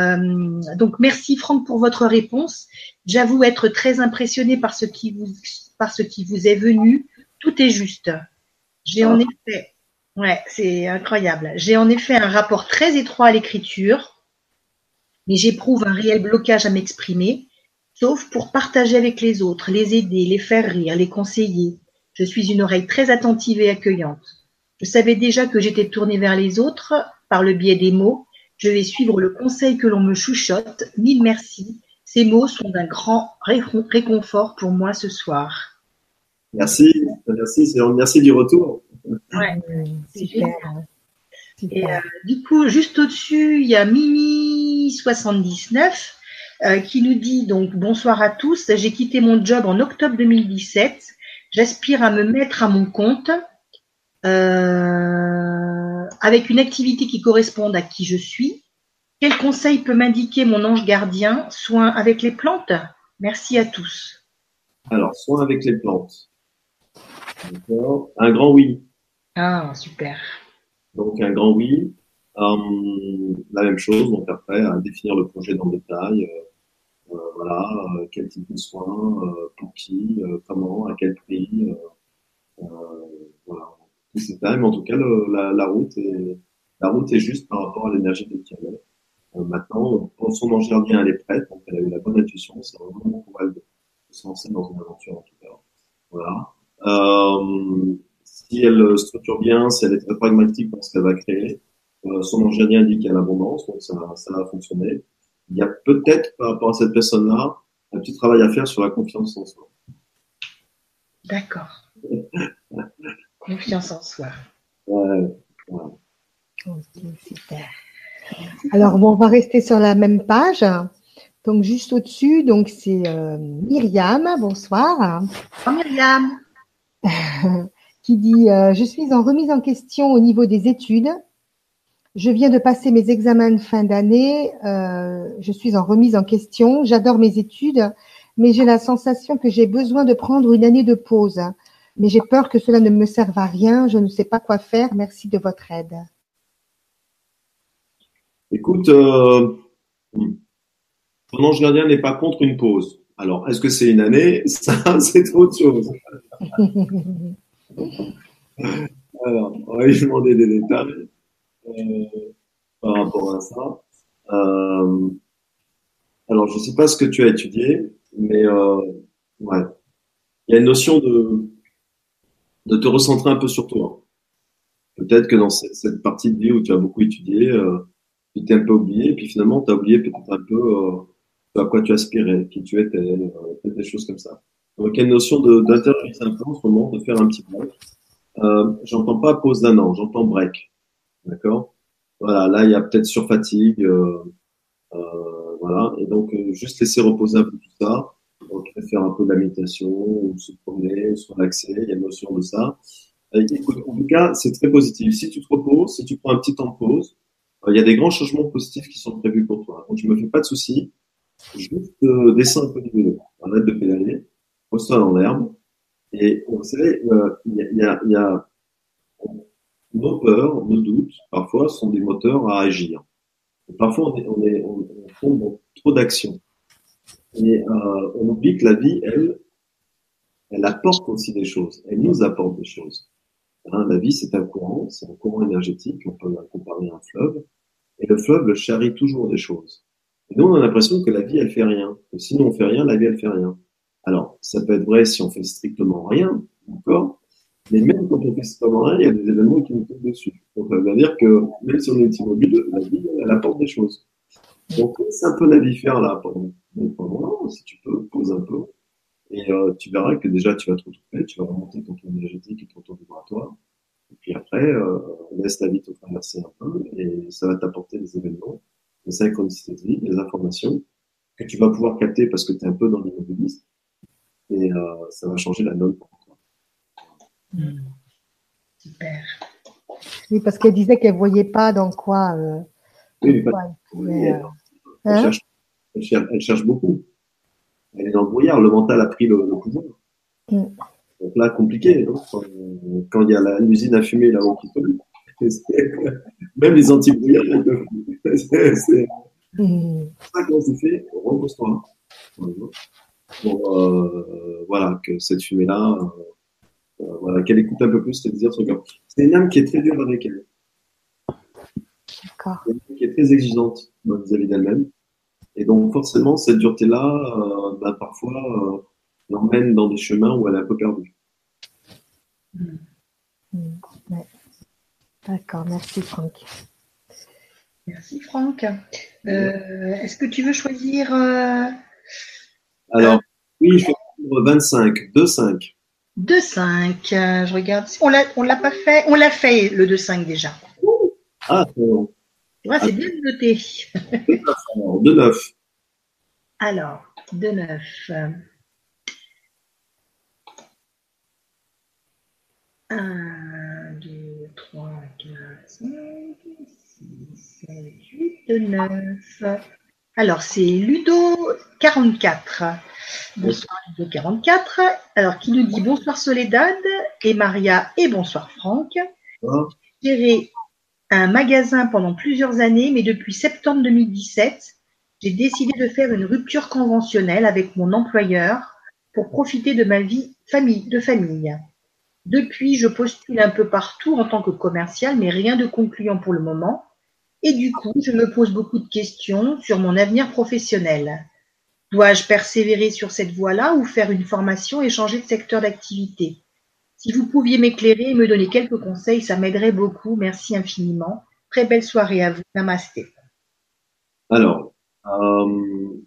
Donc, merci Franck pour votre réponse. J'avoue être très impressionnée par ce qui par ce qui vous est venu, tout est juste. J'ai en effet, ouais, c'est incroyable. J'ai en effet un rapport très étroit à l'écriture, mais j'éprouve un réel blocage à m'exprimer, sauf pour partager avec les autres, les aider, les faire rire, les conseiller. Je suis une oreille très attentive et accueillante. Je savais déjà que j'étais tournée vers les autres par le biais des mots. Je vais suivre le conseil que l'on me chuchote. Mille merci. Ces mots sont d'un grand réconfort pour moi ce soir. Merci, merci du retour. Ouais, c'est Super. génial. Super. Et du coup, juste au-dessus, il y a Mimi79 qui nous dit donc bonsoir à tous. J'ai quitté mon job en octobre 2017. J'aspire à me mettre à mon compte avec une activité qui corresponde à qui je suis. Quel conseil peut m'indiquer mon ange gardien? Soin avec les plantes? Merci à tous. Alors, soin avec les plantes. D'accord. Un grand oui. Ah, super. Donc, un grand oui. La même chose. Donc, après, à définir le projet dans le détail. Voilà. Quel type de soin, pour qui, comment, à quel prix. Voilà. Tous ces détails. Mais en tout cas, la route est juste par rapport à l'énergie de Kialet. Maintenant, quand son ange gardien elle est prête, donc elle a eu la bonne intuition, c'est vraiment pour elle de se lancer dans une aventure en tout cas. Voilà. Si elle structure bien, si elle est très pragmatique dans ce qu'elle va créer, son ange gardien dit qu'il y a l'abondance, donc ça va fonctionner. Il y a peut-être par rapport à cette personne-là un petit travail à faire sur la confiance en soi. D'accord. Confiance en soi. Ouais. Voilà. Ok, super. Alors, bon, on va rester sur la même page. Donc, juste au-dessus, donc c'est Myriam, bonsoir, Oh, Myriam. qui dit je suis en remise en question au niveau des études. Je viens de passer mes examens de fin d'année. Je suis en remise en question. J'adore mes études, mais j'ai la sensation que j'ai besoin de prendre une année de pause. Mais j'ai peur que cela ne me serve à rien. Je ne sais pas quoi faire. Merci de votre aide. Écoute, ton ange gardien n'est pas contre une pause. Alors, est-ce que c'est une année? Ça, c'est autre chose. Alors, on va lui demander des détails par rapport à ça. Euh, alors, je ne sais pas ce que tu as étudié, mais ouais, il y a une notion de te recentrer un peu sur toi. Peut-être que dans cette partie de vie où tu as beaucoup étudié, tu t'es un peu oublié, et puis finalement, tu as oublié peut-être un peu à quoi tu aspirais, qui tu étais, peut-être des choses comme ça. Donc, il y a une notion d'intérioriser un peu en ce moment, de faire un petit break. J'entends pas pause d'un an, j'entends break. D'accord? Voilà, là, il y a peut-être surfatigue, voilà. Et donc, juste laisser reposer un peu tout ça. Donc, faire un peu de la méditation, ou se promener, ou se relaxer, il y a une notion de ça. Écoute, en tout cas, c'est très positif. Si tu te reposes, si tu prends un petit temps de pause, il y a des grands changements positifs qui sont prévus pour toi. Donc, je me fais pas de soucis. Juste descends un peu du vélo. Arrête de pédaler. Pose-toi dans l'herbe. Et vous savez, il y a nos peurs, nos doutes, parfois, sont des moteurs à agir. Et parfois, on tombe dans trop d'actions. Et on oublie que la vie, elle apporte aussi des choses. Elle nous apporte des choses. Hein, la vie, c'est un courant énergétique. On peut la comparer à un fleuve. Et le fleuve le charrie toujours des choses. Et nous, on a l'impression que la vie, elle fait rien. Que si nous, on fait rien, la vie, elle fait rien. Alors, ça peut être vrai si on fait strictement rien, d'accord? Mais même quand on fait strictement rien, il y a des événements qui nous tombent dessus. Donc, ça veut dire que même si on est immobile, la vie, elle apporte des choses. Donc, c'est un peu la vie faire là pendant, si tu peux, pose un peu. Et tu verras que déjà, tu vas te retrouver, tu vas remonter ton taux énergétique et ton taux vibratoire. Et puis après, laisse la vie te traverser un peu et ça va t'apporter des événements, des synchronicités de vie, des informations que tu vas pouvoir capter parce que tu es un peu dans l'immobilisme et ça va changer la donne pour toi. Super. Oui, parce qu'elle disait qu'elle voyait pas dans quoi. Oui, quoi elle elle, hein? elle cherche beaucoup. Elle est dans le brouillard, le mental a pris le pouvoir. Donc là, compliqué, hein, quand il y a l'usine à fumer là-haut qui tombe. Même les anti-brouillards, c'est ça qu'on se fait, repose-toi. pour voilà, que cette fumée-là, voilà, qu'elle écoute un peu plus ses désirs de son cœur. C'est une âme qui est très dure avec elle, D'accord. qui est très exigeante vis-à-vis d'elle-même. Et donc forcément, cette dureté-là, parfois, l'emmène dans des chemins où elle est un peu perdue. Ouais. D'accord, merci Franck. Merci Franck. Est-ce que tu veux choisir Alors, oui, je vais prendre 25, 2-5. 2-5? Je regarde. On l'a pas fait. On l'a fait le 2-5 déjà. Ah, bon. Tu vois, c'est bien de noter. 2-9. Alors, 2-9. 1, 2, 3, 4, 5, 6, 7, 8, 9. Alors, c'est Ludo44. Bonsoir Ludo44. Alors, qui nous dit bonsoir Soledad et Maria et bonsoir Franck. Ah, J'ai géré un magasin pendant plusieurs années, mais depuis septembre 2017, j'ai décidé de faire une rupture conventionnelle avec mon employeur pour profiter de ma vie de famille. Depuis, je postule un peu partout en tant que commercial, mais rien de concluant pour le moment. Et du coup, je me pose beaucoup de questions sur mon avenir professionnel. Dois-je persévérer sur cette voie-là ou faire une formation et changer de secteur d'activité? Si vous pouviez m'éclairer et me donner quelques conseils, ça m'aiderait beaucoup. Merci infiniment. Très belle soirée à vous. Namasté. alors, euh,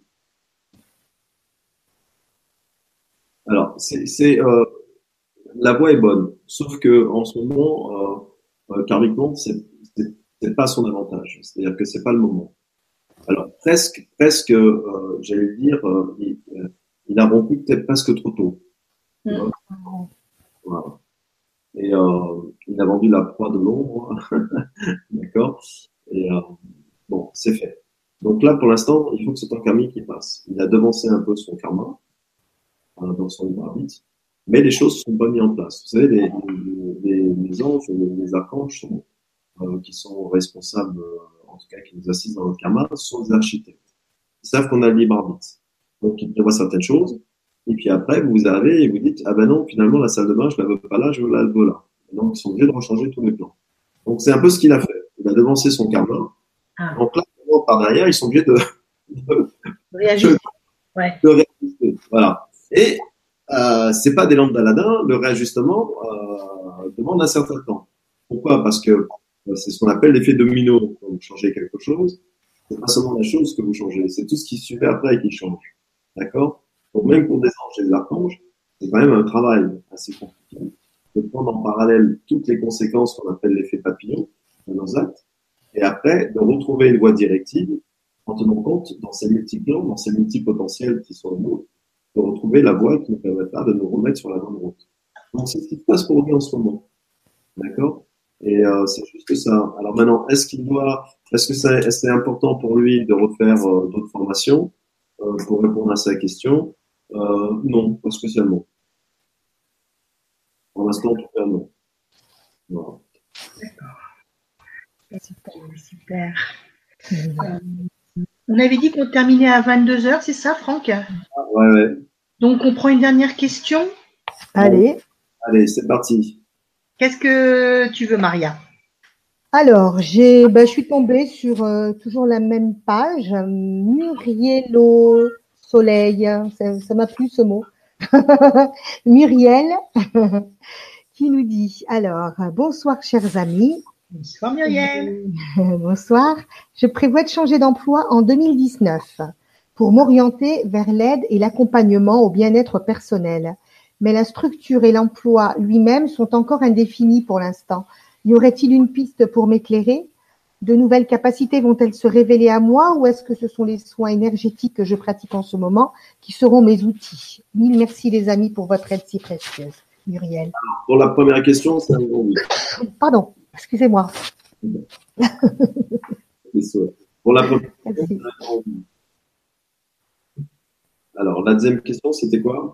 la voie est bonne, sauf que en ce moment, karmiquement, c'est pas son avantage. C'est-à-dire que c'est pas le moment. Alors presque, j'allais dire, il a rompu peut-être presque trop tôt. Tu vois. Voilà. Et il a vendu la proie de l'ombre, d'accord. Et bon, c'est fait. Donc là, pour l'instant, il faut que ce temps karmique il passe. Il a devancé un peu son karma dans son libre arbitre, mais les choses ne sont pas mises en place. Vous savez, les anges, les archanges qui sont responsables, en tout cas qui nous assistent dans notre karma, sont des architectes. Ils savent qu'on a le libre arbitre. Donc, ils prévoient certaines choses. Et puis après, vous arrivez et vous dites, ah ben non, finalement, la salle de bain, je la veux pas là, je veux la là. Et donc, ils sont obligés de rechanger tous les plans. Donc, c'est un peu ce qu'il a fait. Il a devancé son karma. Ah, Donc là, par derrière, ils sont obligés de, réagissez. Ouais. de réajuster. Voilà. Et c'est pas des lampes d'Aladin. Le réajustement demande un certain temps. Pourquoi? Parce que c'est ce qu'on appelle l'effet domino. Quand vous changez quelque chose, c'est pas seulement la chose que vous changez, c'est tout ce qui suit après qui change. D'accord? Donc même pour des anges et des archanges, c'est quand même un travail assez compliqué de prendre en parallèle toutes les conséquences qu'on appelle l'effet papillon de nos actes, et après de retrouver une voie directive en tenant compte dans ces multi-plans, dans ces multi-potentiels qui sont en nous, de retrouver la voie qui nous permettra de nous remettre sur la bonne route. Donc c'est ce qui se passe pour lui en ce moment. D'accord? Et c'est juste ça. Alors maintenant, est-ce que c'est important pour lui de refaire d'autres formations pour répondre à sa question? Non, pas spécialement. Pour l'instant, en tout cas, non. Voilà. Super, super. On avait dit qu'on terminait à 22h, c'est ça, Franck? Ah, ouais. Donc, on prend une dernière question. Allez. Bon. Allez, c'est parti. Qu'est-ce que tu veux, Maria? Alors, je suis tombée sur toujours la même page, Muriel Soleil, ça m'a plu ce mot. Muriel, qui nous dit, alors, bonsoir chers amis. Bonsoir Muriel. Bonsoir. Je prévois de changer d'emploi en 2019 pour m'orienter vers l'aide et l'accompagnement au bien-être personnel. Mais la structure et l'emploi lui-même sont encore indéfinis pour l'instant. Y aurait-il une piste pour m'éclairer? De nouvelles capacités vont-elles se révéler à moi ou est-ce que ce sont les soins énergétiques que je pratique en ce moment qui seront mes outils? Mille merci les amis pour votre aide si précieuse. Muriel. Pour la première question, c'est un grand oui. Pardon, excusez-moi. Pour la première question, c'est un grand oui. Alors, la deuxième question, c'était quoi?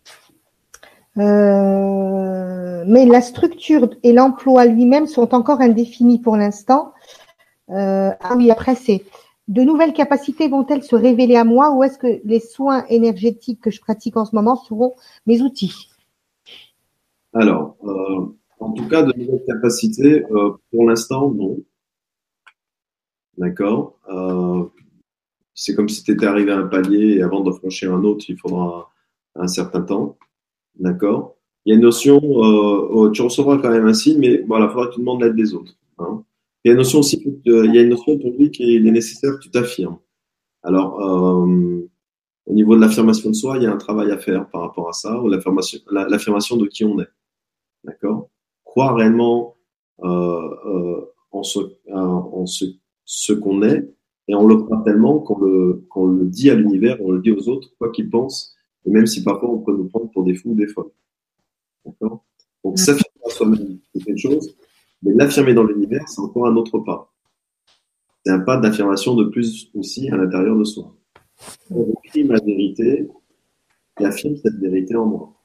Mais la structure et l'emploi lui-même sont encore indéfinis pour l'instant. Ah oui, après c'est de nouvelles capacités vont-elles se révéler à moi ou est-ce que les soins énergétiques que je pratique en ce moment seront mes outils? Alors, en tout cas, de nouvelles capacités, pour l'instant, non. D'accord. C'est comme si tu étais arrivé à un palier et avant de franchir un autre, il faudra un certain temps. D'accord. Il y a une notion, tu recevras quand même un signe, mais voilà, il faudra que tu demandes l'aide des autres. Hein. Il y a une notion aussi, il y a une notion pour lui qu'il est nécessaire que tu t'affirmes. Alors, au niveau de l'affirmation de soi, il y a un travail à faire par rapport à ça, ou l'affirmation de qui on est. D'accord. Croire réellement en ce qu'on est, et on le croit tellement qu'on le dit à l'univers, on le dit aux autres, quoi qu'ils pensent, et même si parfois on peut nous prendre pour des fous ou des folles. D'accord. Donc s'affirmer à soi-même, c'est une chose, mais l'affirmer dans l'univers, c'est encore un autre pas. C'est un pas d'affirmation de plus aussi à l'intérieur de soi. On écrit ma vérité et affirme cette vérité en moi.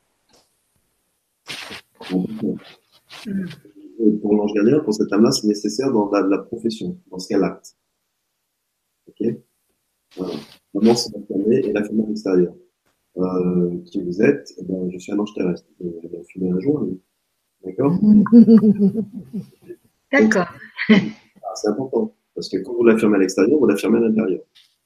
Et pour l'ange gardien, pour cette âme-là, c'est nécessaire dans la profession, dans ce qu'elle acte. Ok. Voilà. Vraiment, c'est l'affirmer et l'affirmer à l'extérieur. Qui vous êtes? Eh ben, je suis un ange terrestre. Je vais fumer un jour, lui. D'accord. D'accord. C'est important. Parce que quand vous l'affirmez à l'extérieur, vous l'affirmez à l'intérieur.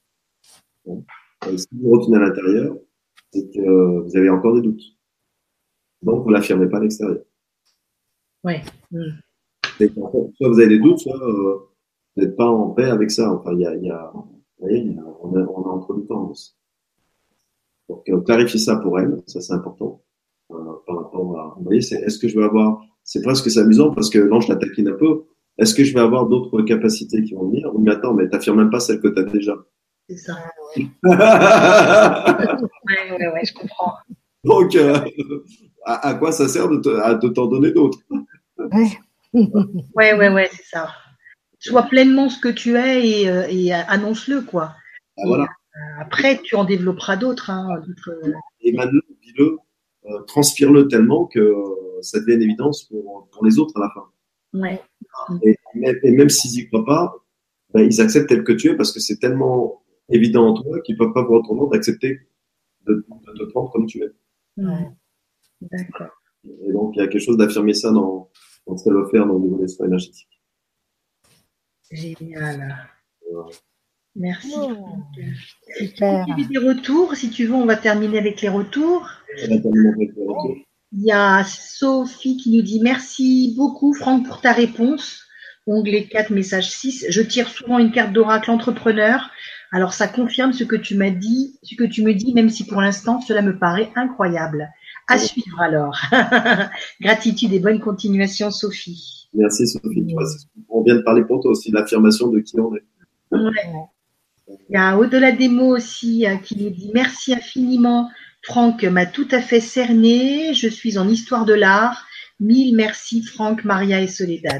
Et si vous retenez à l'intérieur, c'est que vous avez encore des doutes. Donc, vous ne l'affirmez pas à l'extérieur. Ouais. Soit vous avez des doutes, soit vous n'êtes pas en paix avec ça. Enfin, vous voyez, on est entre deux tendances. Donc, clarifier ça pour elle, ça c'est important. Par rapport à, vous voyez, est-ce que je vais avoir, c'est presque c'est amusant parce que l'ange la taquine un peu. Est-ce que je vais avoir d'autres capacités qui vont venir? Oui, mais attends, mais t'affirmes même pas celle que tu as déjà. C'est ça. Ouais, je comprends. Donc, à quoi ça sert de t'en donner d'autres? Ouais, c'est ça. Sois pleinement ce que tu es et annonce-le, quoi. Ah, voilà. Après, tu en développeras d'autres. Hein, et maintenant, dis-le, transpire-le tellement que ça devient une évidence pour les autres à la fin. Ouais. Et même s'ils n'y croient pas, ben, ils acceptent tel que tu es parce que c'est tellement évident en toi qu'ils ne peuvent pas voir autrement d'accepter de te prendre comme tu es. Ouais. D'accord. Et donc, il y a quelque chose d'affirmer ça dans ce qu'elle va faire dans le niveau des soins énergétiques. Génial. Voilà. Merci. Super. Il y a des retours. Si tu veux, on va terminer avec les retours. Il y a Sophie qui nous dit merci beaucoup, Franck, pour ta réponse. Onglet 4, message 6. Je tire souvent une carte d'oracle entrepreneur. Alors, ça confirme ce que tu m'as dit, ce que tu me dis, même si pour l'instant, cela me paraît incroyable. À suivre alors. Gratitude et bonne continuation, Sophie. Merci, Sophie. On vient de parler pour toi aussi, l'affirmation de qui on est. Ouais. Il y a Au-delà des mots aussi qui nous dit merci infiniment. Franck m'a tout à fait cerné. Je suis en histoire de l'art. Mille merci, Franck, Maria et Soledad.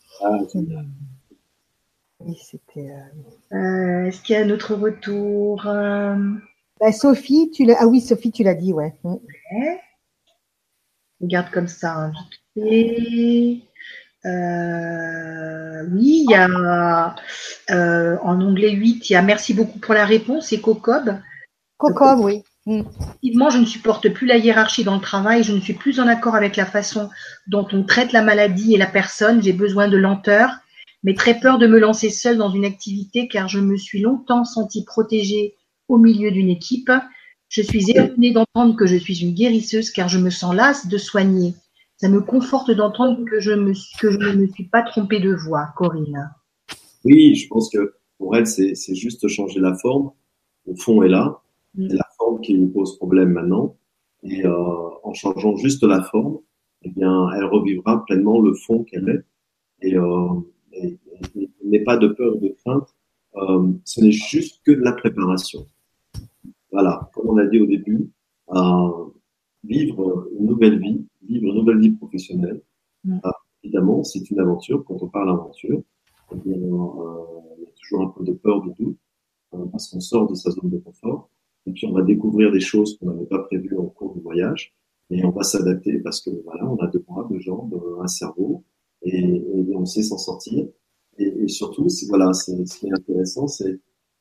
Oui, c'était. Est-ce qu'il y a un autre retour Sophie, Sophie, tu l'as dit, ouais. Ouais. Regarde comme ça, vite fait. Oui, il y a en onglet 8, il y a merci beaucoup pour la réponse et Cocob. Cocob, oui. Effectivement, je ne supporte plus la hiérarchie dans le travail, je ne suis plus en accord avec la façon dont on traite la maladie et la personne, j'ai besoin de lenteur, mais très peur de me lancer seule dans une activité car je me suis longtemps sentie protégée au milieu d'une équipe. Je suis étonnée d'entendre que je suis une guérisseuse car je me sens lasse de soigner. Ça me conforte d'entendre que je ne me suis pas trompée de voix, Corinne. Oui, je pense que pour elle, c'est juste changer la forme. Le fond est là. C'est la forme qui lui pose problème maintenant. Et en changeant juste la forme, eh bien, elle revivra pleinement le fond qu'elle est. Et n'aie pas de peur, de crainte. Ce n'est juste que de la préparation. Voilà, comme on a dit au début, vivre une nouvelle vie professionnelle. Évidemment, c'est une aventure. Quand on parle d'aventure, eh bien, il y a toujours un peu de peur, de doute, parce qu'on sort de sa zone de confort. Et puis, on va découvrir des choses qu'on n'avait pas prévues au cours du voyage. Et on va s'adapter parce que, voilà, on a 2 bras, 2 jambes, un cerveau, et on sait s'en sortir. Et surtout, ce qui est intéressant, c'est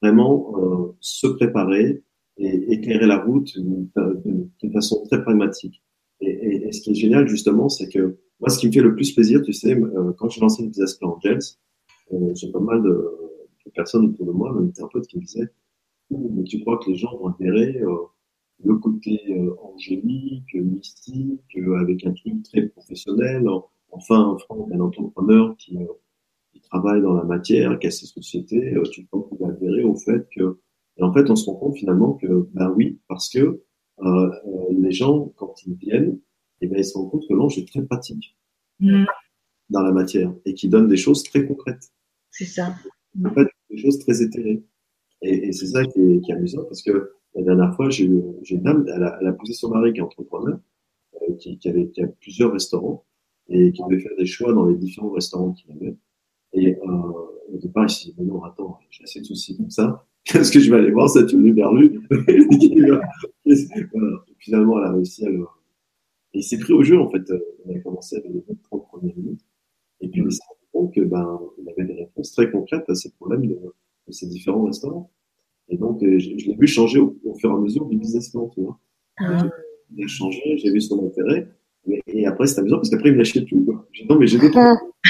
vraiment se préparer et éclairer la route d'une façon très pragmatique. Et ce qui est génial, justement, c'est que moi, ce qui me fait le plus plaisir, tu sais, quand j'ai lancé le Business Plan Angels, j'ai pas mal de personnes autour de moi, même un pote qui me disait, mais tu crois que les gens vont adhérer le côté angélique, mystique, avec un truc très professionnel. Enfin, Franck, un entrepreneur qui travaille dans la matière, qui a ses sociétés, tu crois qu'on va adhérer au fait que... Et en fait, on se rend compte finalement que, ben oui, parce que les gens, quand ils viennent, eh ben, ils se rendent compte que l'ange est très pratique dans la matière et qui donne des choses très concrètes. C'est ça. Pas des choses très éthérées. Et c'est ça qui est amusant parce que la dernière fois, j'ai une dame, elle a posé son mari qui est entrepreneur, qui a plusieurs restaurants et qui devait faire des choix dans les différents restaurants qu'il avait. Et au départ, il s'est dit, mais non, attends, j'ai assez de soucis comme ça. Est-ce que je vais aller voir cette venu vers lui? Voilà. Et finalement, elle a réussi à le... Et il s'est pris au jeu, en fait. On a commencé avec les 30 premières minutes. Et puis, il s'est rendu compte que, ben, il avait des réponses très concrètes à ces problèmes de ces différents restaurants. Et donc, je l'ai vu changer au fur et à mesure du business plan, tu vois. Il a changé, j'ai vu son intérêt. Et après, c'est amusant parce qu'après, il me lâchait plus, quoi. J'ai dit, non, mais j'ai d'autres.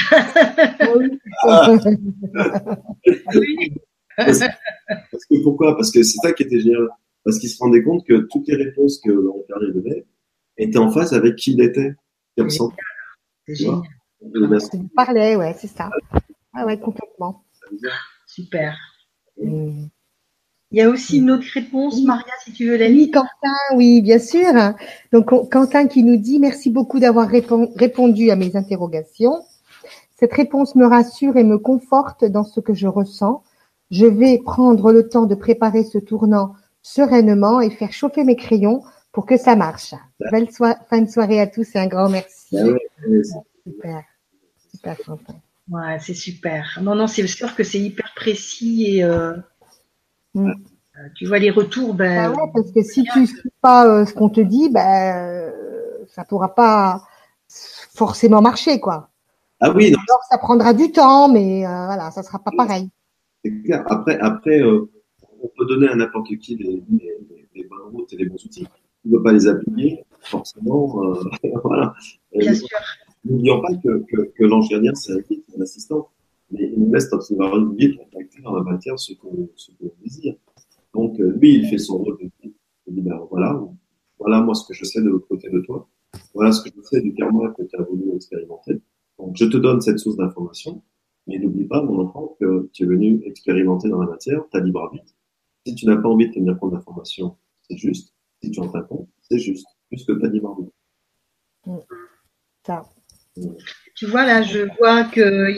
Parce que pourquoi? Parce que c'est ça qui était génial. Parce qu'il se rendait compte que toutes les réponses que Laurent Ferrari donnait étaient en phase avec qui il était. C'est génial. Tu parlais, ouais, c'est ça. Ah ouais, complètement. Super. Il y a aussi une autre réponse, Maria, si tu veux la lire. Oui, Quentin, oui, bien sûr. Donc, Quentin qui nous dit « Merci beaucoup d'avoir répondu à mes interrogations. Cette réponse me rassure et me conforte dans ce que je ressens. Je vais prendre le temps de préparer ce tournant sereinement et faire chauffer mes crayons pour que ça marche. » Belle fin de soirée à tous et un grand merci. Super. Super, Quentin. Ouais, c'est super. Non, c'est sûr que c'est hyper précis et tu vois les retours. Ben, ouais, parce que si tu ne suis pas ce qu'on te dit, ça ne pourra pas forcément marcher, quoi. Ah oui, non. Alors, ça prendra du temps, mais voilà, ça sera pas pareil. C'est clair. Après, on peut donner à n'importe qui des bonnes routes et des bons outils. On ne peut pas les appliquer, forcément. Voilà. Bien sûr. N'oublions pas que l'ange gardien, c'est un guide, c'est un assistant. Mais il nous laisse quand il va avoir une guide pour acter dans la matière ce qu'on désire. Donc, lui, il fait son rôle de guide. Il dit, ben voilà moi ce que je sais de l'autre côté de toi. Voilà ce que je sais du karma que tu as voulu expérimenter. Donc, je te donne cette source d'information. Mais n'oublie pas, mon enfant, que tu es venu expérimenter dans la matière, tu as libre arbitre. Si tu n'as pas envie de tenir compte d'informations, c'est juste. Si tu en tiens compte, c'est juste. Puisque tu as libre arbitre. Ça. Tu vois, là, je vois qu'il y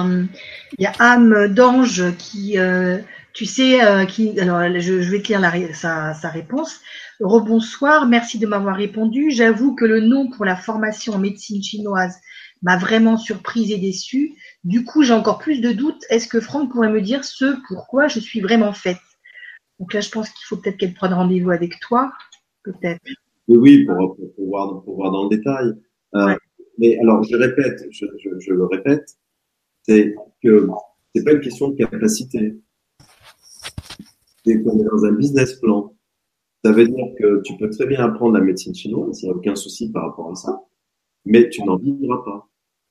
a âme d'ange qui, tu sais, alors je vais te lire sa réponse. Rebonsoir, merci de m'avoir répondu. J'avoue que le nom pour la formation en médecine chinoise m'a vraiment surprise et déçue. Du coup, j'ai encore plus de doutes. Est-ce que Franck pourrait me dire ce pourquoi je suis vraiment faite? Donc là, je pense qu'il faut peut-être qu'elle prenne rendez-vous avec toi, peut-être. Oui, pour voir dans le détail. Ouais. Mais alors, je le répète, c'est que c'est pas une question de capacité. C'est qu'on est dans un business plan. Ça veut dire que tu peux très bien apprendre la médecine chinoise, il n'y a aucun souci par rapport à ça, mais tu n'en vivras pas.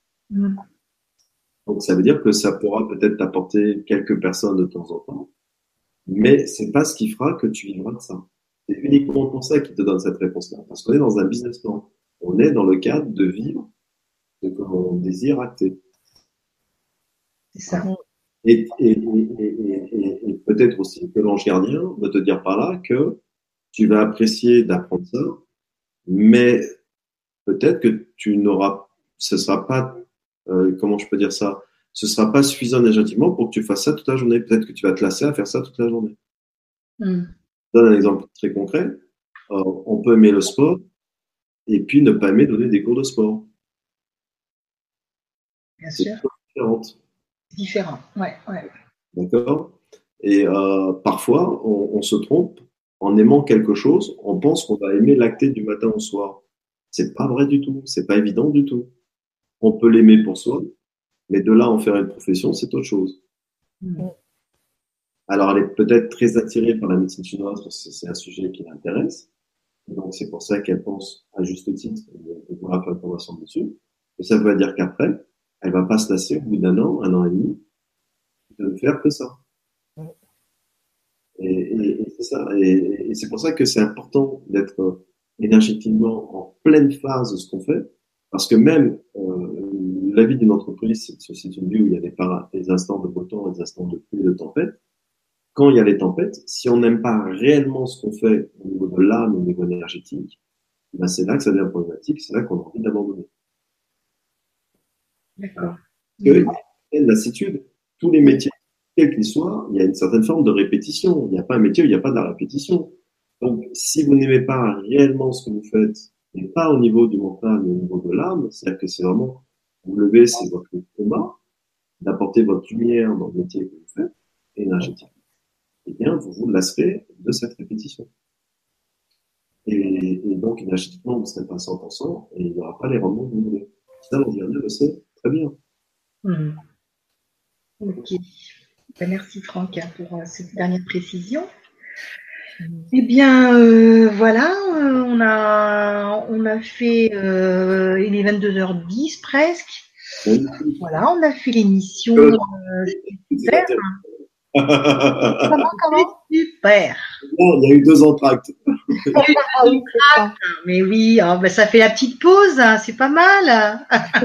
Donc, ça veut dire que ça pourra peut-être t'apporter quelques personnes de temps en temps, mais c'est pas ce qui fera que tu vivras de ça. C'est uniquement pour ça qu'il te donne cette réponse-là. Parce qu'on est dans un business plan. On est dans le cadre de vivre ce que l'on désire acter. C'est ça. Et peut-être aussi que l'ange gardien va te dire par là que tu vas apprécier d'apprendre ça, mais peut-être que ce sera pas, comment je peux dire ça, ce sera pas suffisant énergétiquement pour que tu fasses ça toute la journée. Peut-être que tu vas te lasser à faire ça toute la journée. Je donne un exemple très concret. On peut aimer le sport et puis ne pas aimer donner des cours de sport. Bien sûr. C'est différent. Ouais. D'accord. Et parfois, on se trompe en aimant quelque chose. On pense qu'on va aimer l'acter du matin au soir. C'est pas vrai du tout. C'est pas évident du tout. On peut l'aimer pour soi, mais de là en faire une profession, c'est autre chose. Alors, elle est peut-être très attirée par la médecine chinoise parce que c'est un sujet qui l'intéresse. Donc, c'est pour ça qu'elle pense, à juste titre, de vouloir faire une formation dessus. Mais ça veut dire qu'après, elle va pas se lasser au bout un an et demi, de ne faire que ça. Et c'est ça. Et c'est pour ça que c'est important d'être énergétiquement en pleine phase de ce qu'on fait. Parce que même la vie d'une entreprise, c'est une vie où il y a des instants de beau temps, des instants de pluie, de tempête. Quand il y a les tempêtes, si on n'aime pas réellement ce qu'on fait au niveau de l'âme, au niveau énergétique, ben c'est là que ça devient problématique, c'est là qu'on a envie d'abandonner. D'accord. Parce que il y a une lassitude. Tous les métiers, quels qu'ils soient, il y a une certaine forme de répétition. Il n'y a pas un métier où il n'y a pas de la répétition. Donc, si vous n'aimez pas réellement ce que vous faites, et pas au niveau du mental, mais au niveau de l'âme, c'est-à-dire que c'est vraiment, vous levez, c'est votre combat, d'apporter votre lumière dans le métier que vous faites, énergétique, eh bien, vous vous lasserez de cette répétition. Et donc, énergétiquement, vous ne serez pas à 100% et il n'y aura pas les rendements que vous voulez. Ça, l'environnement le sait très bien. Ok. Ben, merci Franck pour cette dernière précision. Eh bien, voilà, on a fait, il est 22h10 presque. Oui. Voilà, on a fait l'émission. Super. Comment Super. Bon, il y a eu 2 entractes. Mais oui, ben, ça fait la petite pause, hein, c'est pas mal.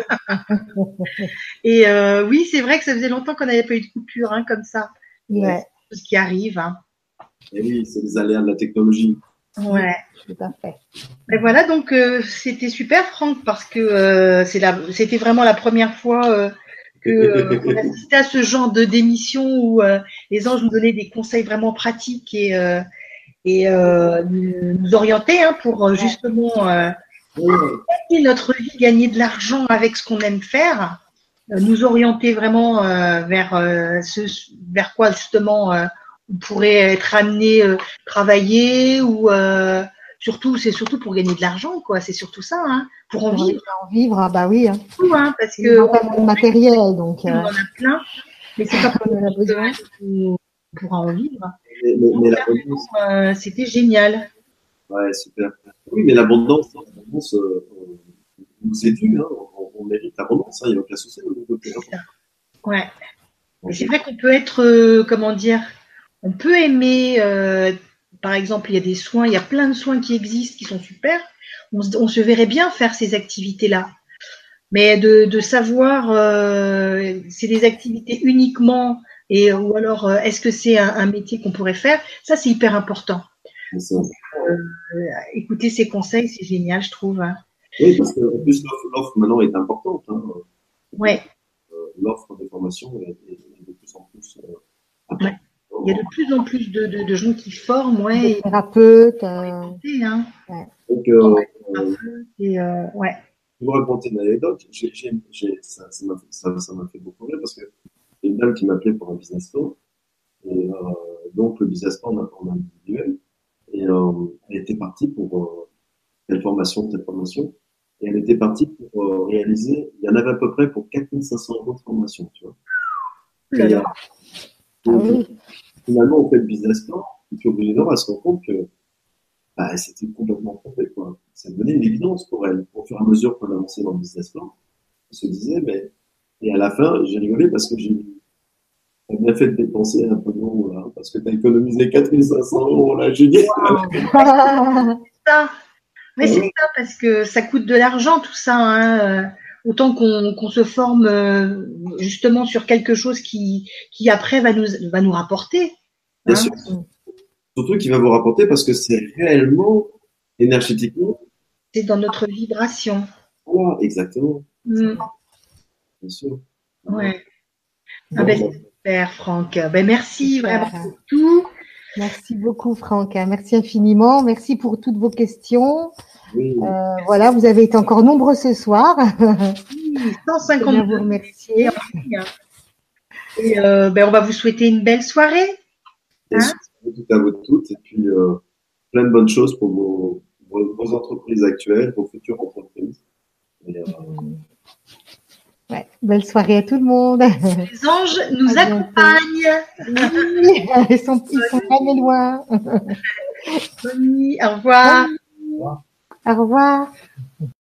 Et oui, c'est vrai que ça faisait longtemps qu'on n'avait pas eu de coupure hein, comme ça. Ouais. Tout ce qui arrive. Hein. Et oui, c'est les aléas de la technologie. Ouais. Tout à fait. Et voilà, donc c'était super Franck parce que c'était vraiment la première fois qu'on assistait à ce genre d'émission où les anges nous donnaient des conseils vraiment pratiques et nous orienter hein, pour justement gagner notre vie, gagner de l'argent avec ce qu'on aime faire, nous orienter vraiment vers quoi justement on pourrait être amené travailler ou c'est surtout pour gagner de l'argent quoi, c'est surtout ça, hein, pour en vivre. En vivre, ah bah oui. Hein. Tout, hein, parce que le matériel, donc. On en a plein, mais c'est pas pour on en a besoin. On pourra en vivre. Mais l'abondance, c'était génial. ouais, super. Oui, mais l'abondance, c'est dû, hein, on mérite l'abondance, hein, il n'y a aucun souci de mon côté. Hein. Ouais. Mais c'est vrai qu'on peut être, comment dire, on peut aimer, par exemple, il y a des soins, il y a plein de soins qui existent, qui sont super. On se verrait bien faire ces activités-là. Mais de savoir, c'est des activités uniquement, ou alors est-ce que c'est un métier qu'on pourrait faire, ça c'est hyper important. Donc, écouter ces conseils, c'est génial, je trouve. Hein. Oui, parce qu'en plus l'offre maintenant est importante. Hein. Ouais. L'offre de formation est de plus en plus importante. Ouais. Il y a de plus en plus de gens qui forment, ouais. Des thérapeutes. Hein. Ouais. Donc, ouais. Je vous raconter une anecdote. Ça m'a fait beaucoup rire parce que il y a une dame qui m'appelait pour un business plan. Et donc, le business plan en individuel. Et elle était partie pour telle formation. Et elle était partie pour réaliser, il y en avait à peu près pour 4500 € de formation, tu vois. Finalement, on fait le business plan, et puis au bout d'une heure, elle se rend compte que bah, c'était complètement trompé, quoi. Ça devenait une évidence pour elle. Au fur et à mesure qu'on avançait dans le business plan, on se disait, mais, et à la fin, j'ai rigolé parce que t'as bien fait de dépenser un peu de long, là, parce que t'as économisé 4500 €, là, j'ai dit. C'est ça. Mais c'est ça, parce que ça coûte de l'argent, tout ça, hein. Autant qu'on se forme justement sur quelque chose qui après va nous rapporter. Bien sûr. Surtout qui va vous rapporter parce que c'est réellement énergétiquement. C'est dans notre vibration. Voilà, exactement. Bien sûr. Ouais. Ah ben, c'est super, Franck. Ben, merci vraiment pour tout. Merci beaucoup, Franck. Merci infiniment. Merci pour toutes vos questions. Oui. Voilà, vous avez été encore nombreux ce soir. Oui, 150. Je vous remercier. Et ben, on va vous souhaiter une belle soirée. Hein? Tout à vous toutes. Et puis, plein de bonnes choses pour vos entreprises actuelles, vos futures entreprises. Et, ouais. Belle soirée à tout le monde. Les anges nous À bientôt. accompagnent. Oui, ils sont jamais loin. Bonne nuit, au revoir. Au revoir.